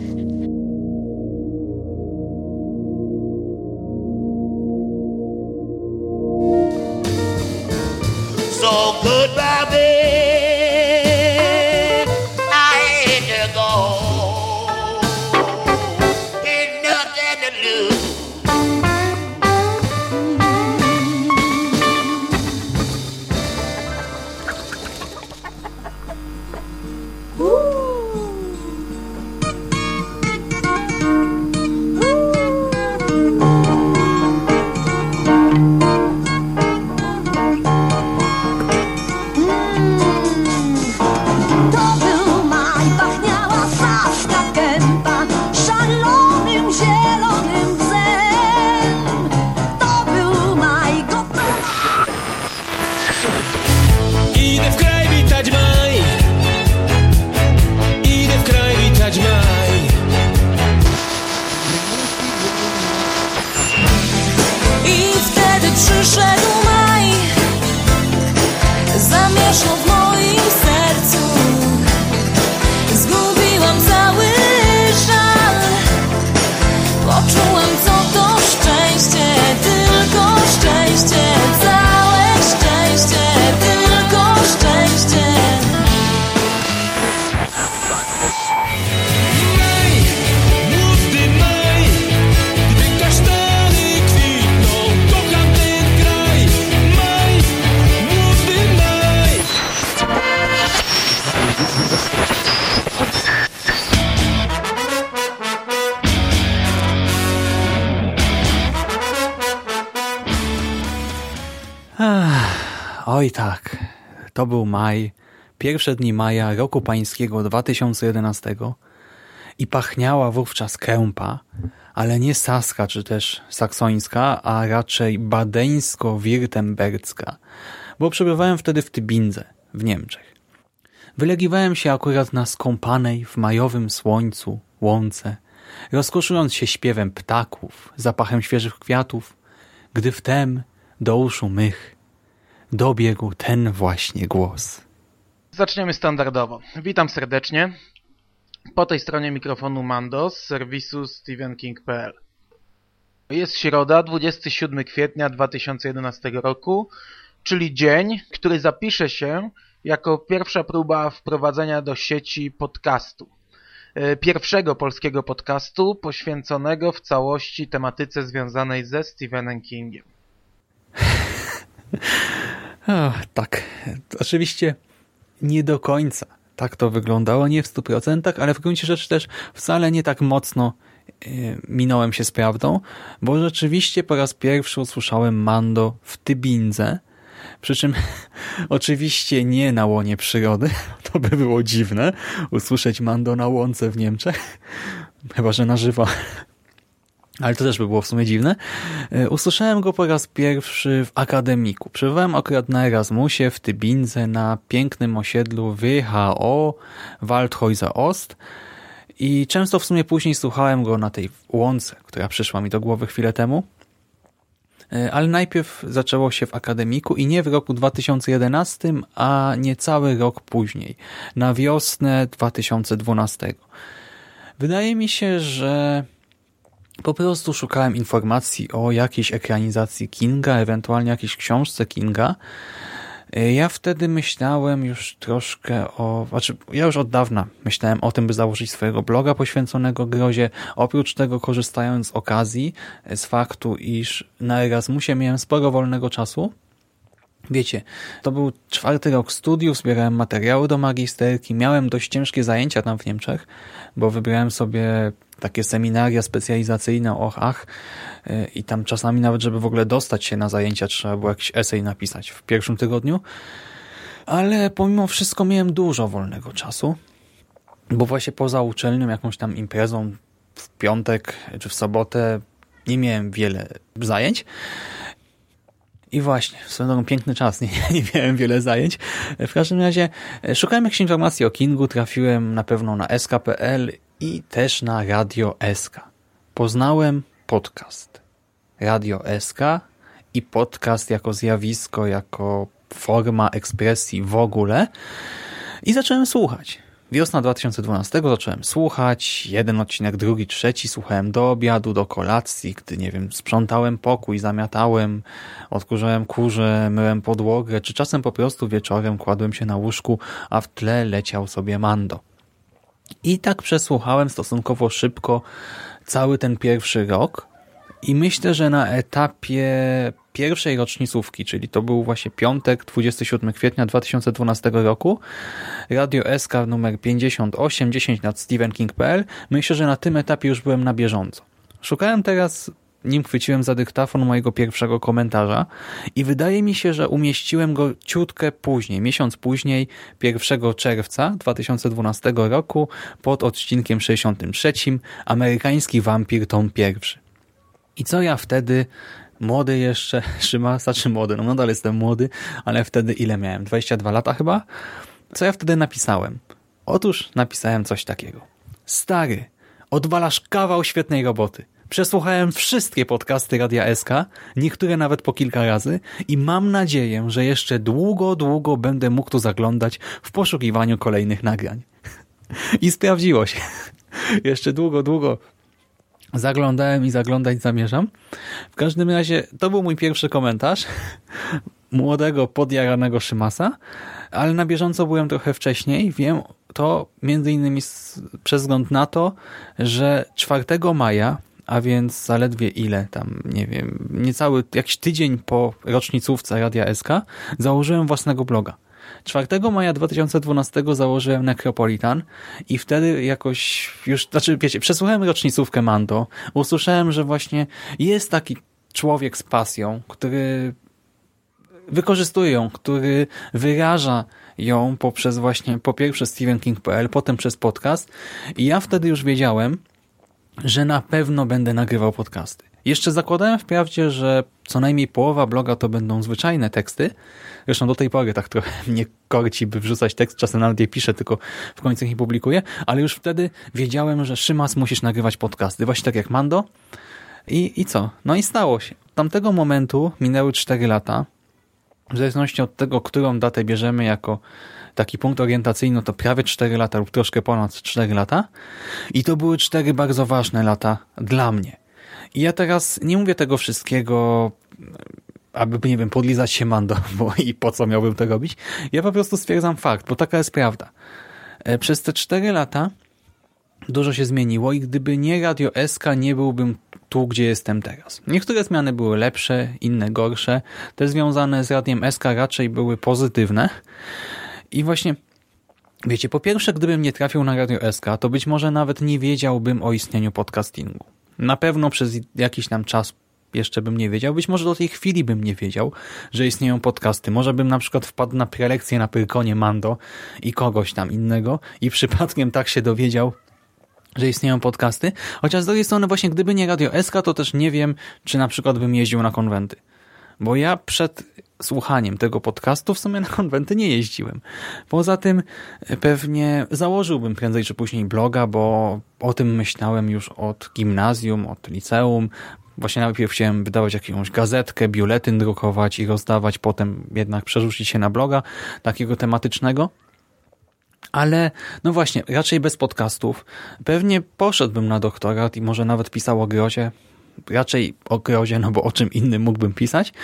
So goodbye, babe. I hate to go. Ain't nothing to lose. Oj tak, to był maj, pierwsze dni maja roku pańskiego dwa tysiące jedenastego i pachniała wówczas kępa, ale nie saska czy też saksońska, a raczej badeńsko-wirtembercka, bo przebywałem wtedy w Tybindze, w Niemczech. Wylegiwałem się akurat na skąpanej w majowym słońcu łące, rozkoszując się śpiewem ptaków, zapachem świeżych kwiatów, gdy wtem do uszu mych dobiegł ten właśnie głos. Zaczniemy standardowo. Witam serdecznie. Po tej stronie mikrofonu Mando z serwisu Stephen King kropka p l. Jest środa, dwudziestego siódmego kwietnia dwa tysiące jedenastego roku, czyli dzień, który zapisze się jako pierwsza próba wprowadzenia do sieci podcastu. Pierwszego polskiego podcastu poświęconego w całości tematyce związanej ze Stephenem Kingiem. O, tak, oczywiście nie do końca tak to wyglądało, nie w stu procentach, ale w gruncie rzeczy też wcale nie tak mocno, minąłem się z prawdą, bo rzeczywiście po raz pierwszy usłyszałem Mando w Tybindze, przy czym oczywiście nie na łonie przyrody, to by było dziwne, usłyszeć Mando na łące w Niemczech, chyba że na żywo, ale to też by było w sumie dziwne. Usłyszałem go po raz pierwszy w akademiku. Przebywałem akurat na Erasmusie w Tybindze na pięknym osiedlu W H O Waldhäuser Ost i często w sumie później słuchałem go na tej łące, która przyszła mi do głowy chwilę temu. Ale najpierw zaczęło się w akademiku i nie w roku dwa tysiące jedenastym, a niecały rok później, na wiosnę dwa tysiące dwunastego. Wydaje mi się, że po prostu szukałem informacji o jakiejś ekranizacji Kinga, ewentualnie jakiejś książce Kinga. Ja wtedy myślałem już troszkę o... Znaczy, ja już od dawna myślałem o tym, by założyć swojego bloga poświęconego grozie. Oprócz tego, korzystając z okazji, z faktu, iż na Erasmusie miałem sporo wolnego czasu. Wiecie, to był czwarty rok studiów, zbierałem materiały do magisterki, miałem dość ciężkie zajęcia tam w Niemczech, bo wybrałem sobie takie seminaria specjalizacyjne och, ach i tam czasami nawet, żeby w ogóle dostać się na zajęcia, trzeba było jakiś esej napisać w pierwszym tygodniu. Ale pomimo wszystko miałem dużo wolnego czasu, bo właśnie poza uczelnią, jakąś tam imprezą w piątek czy w sobotę nie miałem wiele zajęć. I właśnie, w sumie piękny czas, nie, nie miałem wiele zajęć. W każdym razie szukałem jakichś informacji o Kingu, trafiłem na pewno na S K kropka P L i też na Radio S K. Poznałem podcast Radio S K i podcast jako zjawisko, jako forma ekspresji w ogóle i zacząłem słuchać. Wiosna dwa tysiące dwunastego zacząłem słuchać, jeden odcinek, drugi, trzeci, słuchałem do obiadu, do kolacji, gdy, nie wiem, sprzątałem pokój, zamiatałem, odkurzałem kurze, myłem podłogę, czy czasem po prostu wieczorem kładłem się na łóżku, a w tle leciał sobie Mando. I tak przesłuchałem stosunkowo szybko cały ten pierwszy rok i myślę, że na etapie pierwszej rocznicówki, czyli to był właśnie piątek, dwudziestego siódmego kwietnia dwa tysiące dwunastego roku, Radio S K numer pięćdziesiąt osiem dziesięć nad steven king kropka p l, myślę, że na tym etapie już byłem na bieżąco. Szukałem teraz, nim chwyciłem za dyktafon mojego pierwszego komentarza i wydaje mi się, że umieściłem go ciutkę później, miesiąc później, pierwszego czerwca dwa tysiące dwunastego roku, pod odcinkiem sześćdziesiątym trzecim, Amerykański wampir, tom pierwszy. I co ja wtedy, młody jeszcze, Szymasa, czy młody, no nadal jestem młody, ale wtedy ile miałem? dwadzieścia dwa lata chyba? Co ja wtedy napisałem? Otóż napisałem coś takiego. Stary, odwalasz kawał świetnej roboty. Przesłuchałem wszystkie podcasty Radia S K, niektóre nawet po kilka razy i mam nadzieję, że jeszcze długo, długo będę mógł tu zaglądać w poszukiwaniu kolejnych nagrań. I sprawdziło się. Jeszcze długo, długo zaglądałem i zaglądać zamierzam. W każdym razie to był mój pierwszy komentarz młodego, podjaranego Szymasa, ale na bieżąco byłem trochę wcześniej. Wiem to między innymi z, przez wzgląd na to, że czwartego maja, a więc zaledwie ile tam, nie wiem, niecały jakiś tydzień po rocznicówce Radia S K założyłem własnego bloga. czwartego maja dwa tysiące dwunastego założyłem Necropolitan i wtedy jakoś już, znaczy wiecie, przesłuchałem rocznicówkę Mando, usłyszałem, że właśnie jest taki człowiek z pasją, który wykorzystuje ją, który wyraża ją poprzez właśnie, po pierwsze steven king kropka p l, potem przez podcast i ja wtedy już wiedziałem, że na pewno będę nagrywał podcasty. Jeszcze zakładałem wprawdzie, że co najmniej połowa bloga to będą zwyczajne teksty. Zresztą do tej pory tak trochę mnie korci, by wrzucać tekst. Czasem nawet je piszę, tylko w końcu ich nie publikuję. Ale już wtedy wiedziałem, że Szymas, musisz nagrywać podcasty. Właśnie tak jak Mando. I, i co? No i stało się. Od tamtego momentu minęły cztery lata. W zależności od tego, którą datę bierzemy jako taki punkt orientacyjny, to prawie cztery lata lub troszkę ponad cztery lata. I to były cztery bardzo ważne lata dla mnie. I ja teraz nie mówię tego wszystkiego, aby, nie wiem, podlizać się Mando, bo i po co miałbym to robić. Ja po prostu stwierdzam fakt, bo taka jest prawda. Przez te cztery lata dużo się zmieniło i gdyby nie Radio S K, nie byłbym tu, gdzie jestem teraz. Niektóre zmiany były lepsze, inne gorsze. Te związane z Radiem S K raczej były pozytywne. I właśnie Wiecie, po pierwsze, gdybym nie trafił na Radio S K, to być może nawet nie wiedziałbym o istnieniu podcastingu. Na pewno przez jakiś tam czas jeszcze bym nie wiedział. Być może do tej chwili bym nie wiedział, że istnieją podcasty. Może bym na przykład wpadł na prelekcję na Pyrkonie Mando i kogoś tam innego i przypadkiem tak się dowiedział, że istnieją podcasty. Chociaż z drugiej strony właśnie gdyby nie Radio S K, to też nie wiem, czy na przykład bym jeździł na konwenty. Bo ja przed słuchaniem tego podcastu w sumie na konwenty nie jeździłem. Poza tym pewnie założyłbym prędzej czy później bloga, bo o tym myślałem już od gimnazjum, od liceum. Właśnie najpierw chciałem wydawać jakąś gazetkę, biuletyn drukować i rozdawać, potem jednak przerzucić się na bloga takiego tematycznego. Ale no właśnie, raczej bez podcastów. Pewnie poszedłbym na doktorat i może nawet pisał o grozie. Raczej o grozie, no bo o czym innym mógłbym pisać.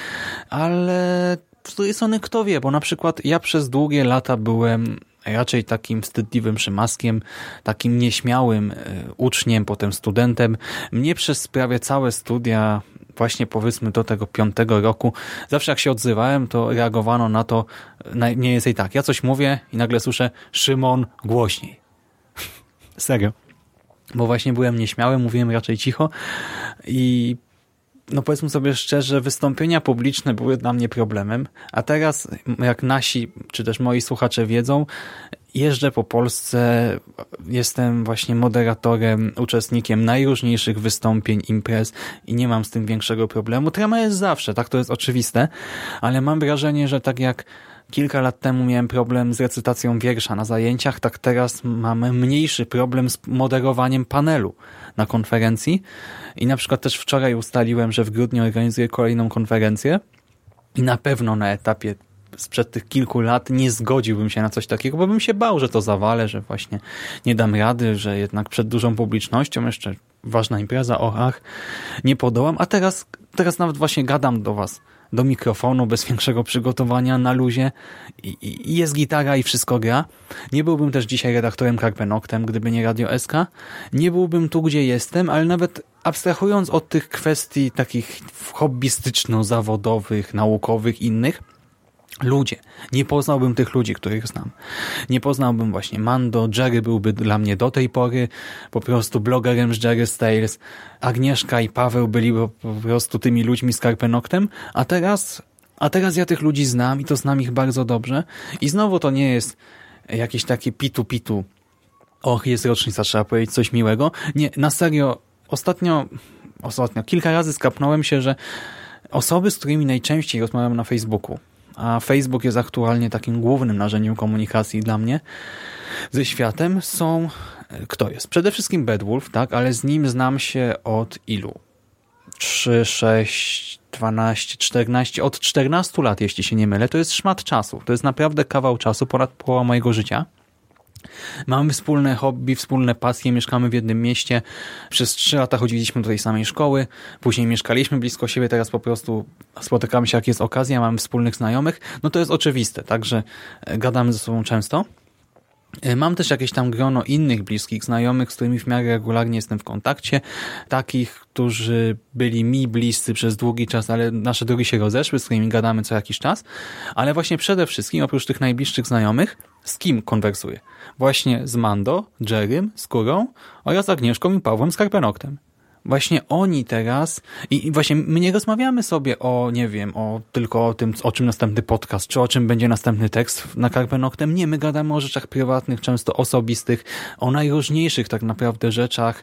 Ale z drugiej strony kto wie, bo na przykład ja przez długie lata byłem raczej takim wstydliwym szymaskiem, takim nieśmiałym uczniem, potem studentem. Mnie przez prawie całe studia, właśnie powiedzmy do tego piątego roku, zawsze jak się odzywałem, to reagowano na to mniej więcej tak. Ja coś mówię i nagle słyszę: Szymon, głośniej. Serio. Bo właśnie byłem nieśmiały, mówiłem raczej cicho i no powiedzmy sobie szczerze, wystąpienia publiczne były dla mnie problemem, a teraz, jak nasi, czy też moi słuchacze wiedzą, jeżdżę po Polsce, jestem właśnie moderatorem, uczestnikiem najróżniejszych wystąpień, imprez i nie mam z tym większego problemu. Trema jest zawsze, tak, to jest oczywiste, ale mam wrażenie, że tak jak kilka lat temu miałem problem z recytacją wiersza na zajęciach, tak teraz mamy mniejszy problem z moderowaniem panelu na konferencji. I na przykład też wczoraj ustaliłem, że w grudniu organizuję kolejną konferencję i na pewno na etapie sprzed tych kilku lat nie zgodziłbym się na coś takiego, bo bym się bał, że to zawalę, że właśnie nie dam rady, że jednak przed dużą publicznością, jeszcze ważna impreza, och, ach, nie podołam. A teraz, teraz nawet właśnie gadam do was do mikrofonu, bez większego przygotowania, na luzie i, i jest gitara i wszystko gra. Nie byłbym też dzisiaj redaktorem Carpe Noctem, gdyby nie Radio S K. Nie byłbym tu, gdzie jestem, ale nawet abstrahując od tych kwestii takich hobbystyczno-zawodowych, naukowych, innych, ludzie. Nie poznałbym tych ludzi, których znam. Nie poznałbym właśnie Mando, Jerry byłby dla mnie do tej pory po prostu blogerem z Jerry's Tales, Agnieszka i Paweł byli po prostu tymi ludźmi z Carpe Noctem, a teraz, a teraz ja tych ludzi znam i to znam ich bardzo dobrze i znowu to nie jest jakieś takie pitu-pitu. Och, jest rocznica, trzeba powiedzieć coś miłego. Nie, na serio, ostatnio, ostatnio kilka razy skapnąłem się, że osoby, z którymi najczęściej rozmawiam na Facebooku, a Facebook jest aktualnie takim głównym narzędziem komunikacji dla mnie ze światem, są... Kto jest? Przede wszystkim Bedwulf, tak, ale z nim znam się od ilu? trzy, sześć, dwanaście, czternaście, od czternastu lat, jeśli się nie mylę. To jest szmat czasu. To jest naprawdę kawał czasu, ponad połowa mojego życia. Mamy wspólne hobby, wspólne pasje, mieszkamy w jednym mieście. Przez trzy lata chodziliśmy do tej samej szkoły, później mieszkaliśmy blisko siebie, teraz po prostu spotykamy się, jak jest okazja, mamy wspólnych znajomych. No to jest oczywiste, także gadamy ze sobą często. Mam też jakieś tam grono innych bliskich znajomych, z którymi w miarę regularnie jestem w kontakcie. Takich, którzy byli mi bliscy przez długi czas, ale nasze drogi się rozeszły, z którymi gadamy co jakiś czas. Ale właśnie przede wszystkim, oprócz tych najbliższych znajomych, z kim konwersuję? Właśnie z Mando, Jerrym, Skórą oraz Agnieszką i Pawłem z Carpe Noctem. Właśnie oni teraz i, i właśnie my nie rozmawiamy sobie o, nie wiem, o tylko o tym, o czym następny podcast, czy o czym będzie następny tekst na Carpe Noctem. Nie, my gadamy o rzeczach prywatnych, często osobistych, o najróżniejszych tak naprawdę rzeczach.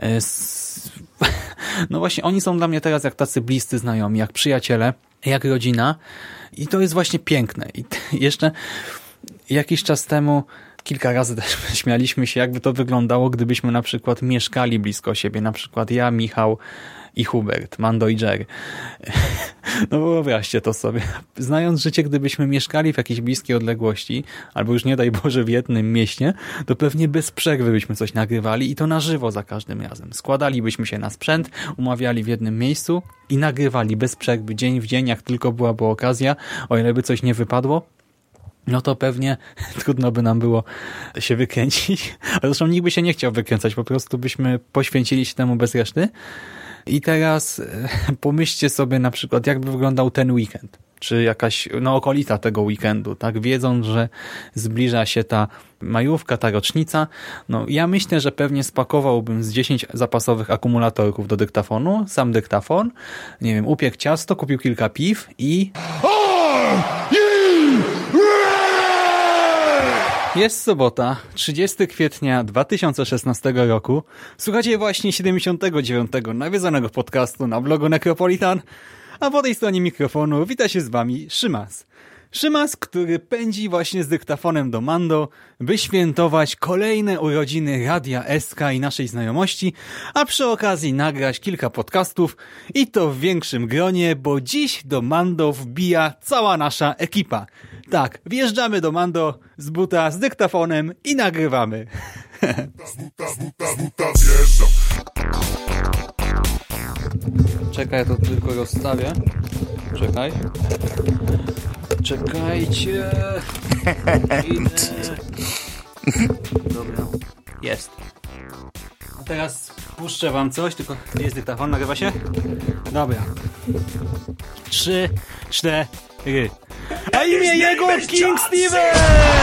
No właśnie, oni są dla mnie teraz jak tacy bliscy znajomi, jak przyjaciele, jak rodzina i to jest właśnie piękne. I jeszcze jakiś czas temu kilka razy też śmialiśmy się, jakby to wyglądało, gdybyśmy na przykład mieszkali blisko siebie. Na przykład ja, Michał i Hubert, Mando i Jerry. No wyobraźcie to sobie. Znając życie, gdybyśmy mieszkali w jakiejś bliskiej odległości, albo już nie daj Boże w jednym mieście, to pewnie bez przerwy byśmy coś nagrywali i to na żywo za każdym razem. Składalibyśmy się na sprzęt, umawiali w jednym miejscu i nagrywali bez przerwy, dzień w dzień, jak tylko byłaby okazja, o ile by coś nie wypadło. No to pewnie trudno by nam było się wykręcić. Zresztą nikt by się nie chciał wykręcać, po prostu byśmy poświęcili się temu bez reszty. I teraz e, pomyślcie sobie na przykład, jakby wyglądał ten weekend, czy jakaś no, okolica tego weekendu, tak, wiedząc, że zbliża się ta majówka, ta rocznica. No ja myślę, że pewnie spakowałbym z dziesięć zapasowych akumulatorków do dyktafonu, sam dyktafon, nie wiem, upiekł ciasto, kupił kilka piw i... Jest sobota, trzydziestego kwietnia dwa tysiące szesnastego roku. Słuchacie właśnie siedemdziesiątego dziewiątego nawiedzonego podcastu na blogu Necropolitan, a po tej stronie mikrofonu wita się z wami Szymas. Szymas, który pędzi właśnie z dyktafonem do Mando, by świętować kolejne urodziny Radia S K i naszej znajomości, a przy okazji nagrać kilka podcastów i to w większym gronie, bo dziś do Mando wbija cała nasza ekipa. Tak, wjeżdżamy do Mando z buta, z dyktafonem i nagrywamy. Czekaj, ja to tylko rozstawię. Czekaj. Czekajcie. Idę. Dobra. Jest. A teraz puszczę wam coś, tylko jest dyktafon, nagrywa się? Dobra. Trzy, cztery. A imię jego King Steven!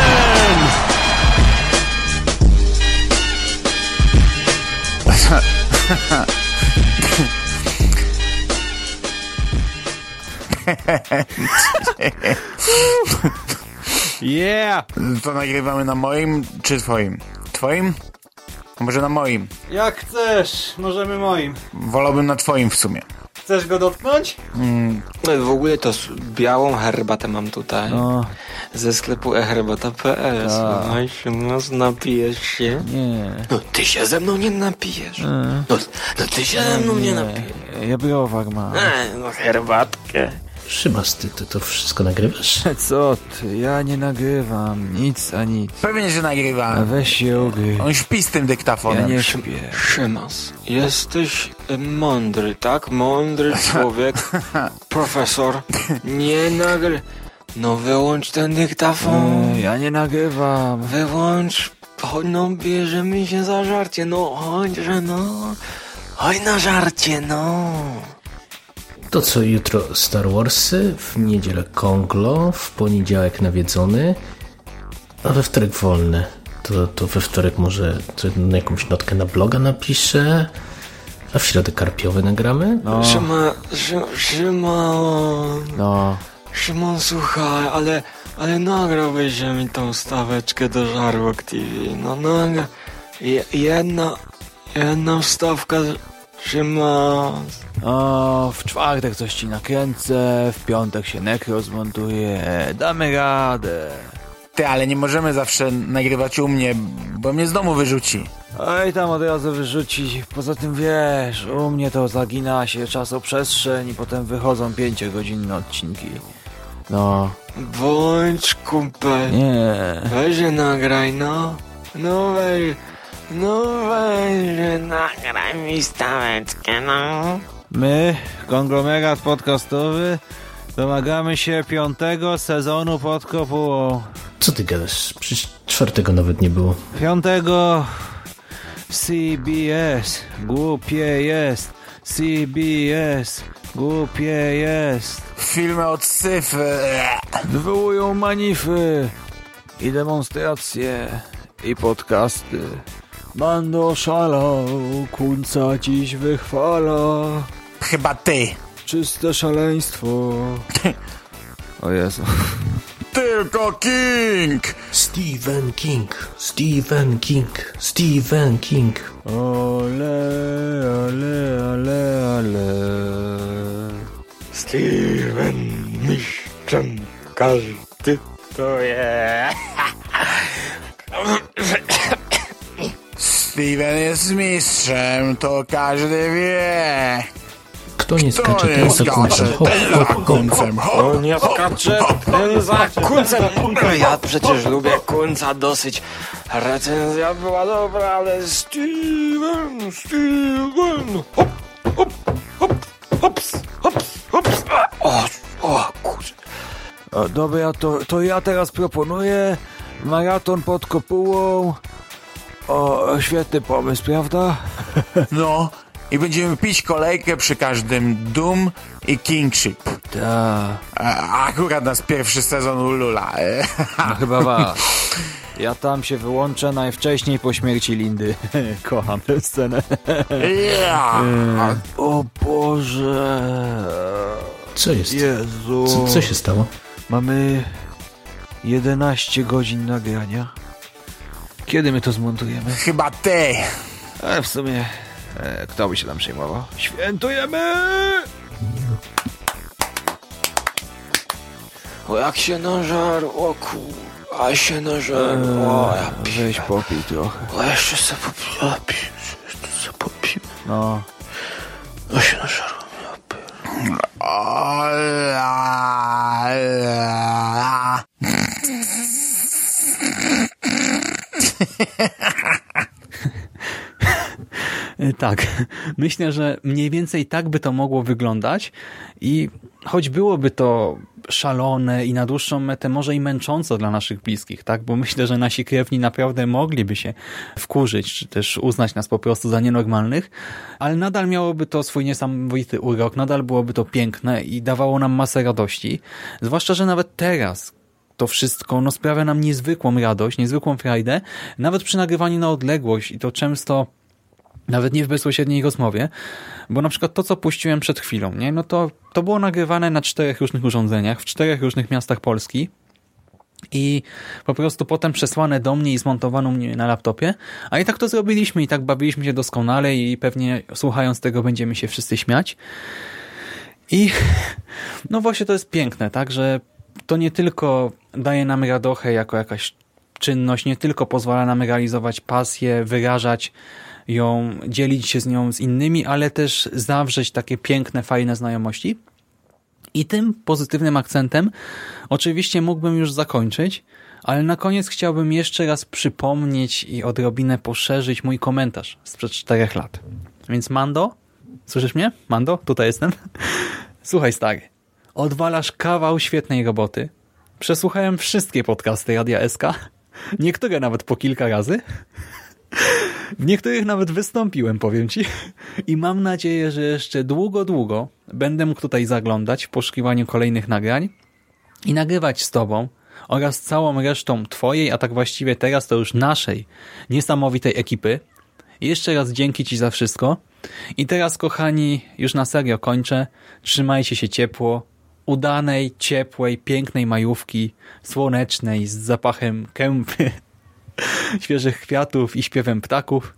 Yeah! To nagrywamy na moim czy twoim? Twoim? A może na moim? Jak chcesz, możemy moim. Wolałbym na twoim w sumie. Chcesz go dotknąć? Mm. W ogóle to s- białą herbatę mam tutaj. No. Ze sklepu e herbata kropka p l. Słuchaj, Szymas, napijesz się? Nie. No ty się ze mną nie napijesz. E. No, no ty się ze mną nie napijesz. Ja browar mam. E, no herbatkę. Szymas, ty, ty to wszystko nagrywasz? Co ty? Ja nie nagrywam. Nic a nic. Pewnie, że nagrywa. A weź się ogry. On śpi z tym dyktafonem. Ja nie śpię. Szymas, jesteś mądry, tak? Mądry człowiek. Profesor. Nie nagry... No wyłącz ten dyktafon. E, ja nie nagrywam. Wyłącz. Chodź, no bierzemy się za żarcie. No chodźże, no. Chodź na żarcie, no. To co, jutro Star Warsy, w niedzielę Konglo, w poniedziałek Nawiedzony, a we wtorek wolny. To, to we wtorek może to jakąś notkę na bloga napiszę, a w środę Karpiowy nagramy. No. Szyma, Szy- Szymon. No. Szymon, słuchaj, ale, ale nagrałbyś mi tą staweczkę do Żarłok T V. No nagra... Je, jedna... Jedna wstawka... Szymon. O, w czwartek coś ci nakręcę, w piątek się nekro zmontuje, damy radę. Ty, ale nie możemy zawsze nagrywać u mnie, bo mnie z domu wyrzuci. Oj, tam od razu wyrzucić. Poza tym wiesz, u mnie to zagina się czasoprzestrzeń i potem wychodzą pięciogodzinne odcinki. No. Bądź kumpel. Nie. Weź się nagraj, no. No weź... No weź się nagraj mi staweczkę, no. My, konglomerat podcastowy, domagamy się piątego sezonu pod kopułą. Co ty gadasz? Przecież czwartego nawet nie było. Piątego C B S. Głupie jest. C B S. Głupie jest. Filmy od syfy. Wywołują manify i demonstracje i podcasty. Mando szalał, kunca dziś wychwala. Chyba ty. Czyste szaleństwo. O Jezu. Tylko King! Stephen King, Stephen King, Stephen King. Ole, ale, ale, ale. Steven, mistrzem, każdy to jest. Steven jest mistrzem, to każdy wie. Kto nie To skacze, ten jest za kuncem. skacze, Hop, ten za hop, hop. kuncem. O nie skacze, ten za kuncem. Ja przecież lubię kunca dosyć. Recenzja była dobra, ale Steven, Steven. Hop, hop, hop, hops, hops, hops. O, o kurczę. O, dobra, to, to ja teraz proponuję maraton pod kopułą. O, świetny pomysł, prawda? No, i będziemy pić kolejkę przy każdym Doom i Kingship. Ta. A akurat nas pierwszy sezon ulula. No chyba was. Ja tam się wyłączę najwcześniej po śmierci Lindy. Kocham tę scenę. Yeah. O Boże. Co jest? Jezu. Co, co się stało? Mamy jedenaście godzin nagrania. Kiedy my to zmontujemy? Chyba ty. Ale w sumie e, kto by się tam przejmował? Świętujemy! O, jak się nażar, o kur... A się nażar, o ja piję. Weź popij trochę. O, jeszcze se popiję, ja piję, jeszcze se popiję. No. O, się nażarłem, ja piję. Tak, myślę, że mniej więcej tak by to mogło wyglądać i choć byłoby to szalone i na dłuższą metę może i męcząco dla naszych bliskich, tak, bo myślę, że nasi krewni naprawdę mogliby się wkurzyć, czy też uznać nas po prostu za nienormalnych, ale nadal miałoby to swój niesamowity urok, nadal byłoby to piękne i dawało nam masę radości, zwłaszcza, że nawet teraz to wszystko no, sprawia nam niezwykłą radość, niezwykłą frajdę, nawet przy nagrywaniu na odległość i to często nawet nie w bezpośredniej rozmowie, bo na przykład to, co puściłem przed chwilą, nie, no to, to było nagrywane na czterech różnych urządzeniach, w czterech różnych miastach Polski i po prostu potem przesłane do mnie i zmontowane u mnie na laptopie, a i tak to zrobiliśmy i tak bawiliśmy się doskonale i pewnie słuchając tego będziemy się wszyscy śmiać. I no właśnie to jest piękne, tak, że to nie tylko daje nam radochę jako jakaś czynność, nie tylko pozwala nam realizować pasję, wyrażać ją, dzielić się z nią z innymi, ale też zawrzeć takie piękne, fajne znajomości. I tym pozytywnym akcentem oczywiście mógłbym już zakończyć, ale na koniec chciałbym jeszcze raz przypomnieć i odrobinę poszerzyć mój komentarz sprzed czterech lat. Więc Mando, słyszysz mnie? Mando, tutaj jestem. Słuchaj stary, odwalasz kawał świetnej roboty. Przesłuchałem wszystkie podcasty Radia S K, niektóre nawet po kilka razy. W niektórych nawet wystąpiłem, powiem ci. I mam nadzieję, że jeszcze długo, długo będę mógł tutaj zaglądać w poszukiwaniu kolejnych nagrań i nagrywać z tobą oraz całą resztą twojej, a tak właściwie teraz to już naszej niesamowitej ekipy. I jeszcze raz dzięki ci za wszystko. I teraz, kochani, już na serio kończę. Trzymajcie się ciepło. Udanej, ciepłej, pięknej majówki, słonecznej, z zapachem kępy, świeżych kwiatów i śpiewem ptaków.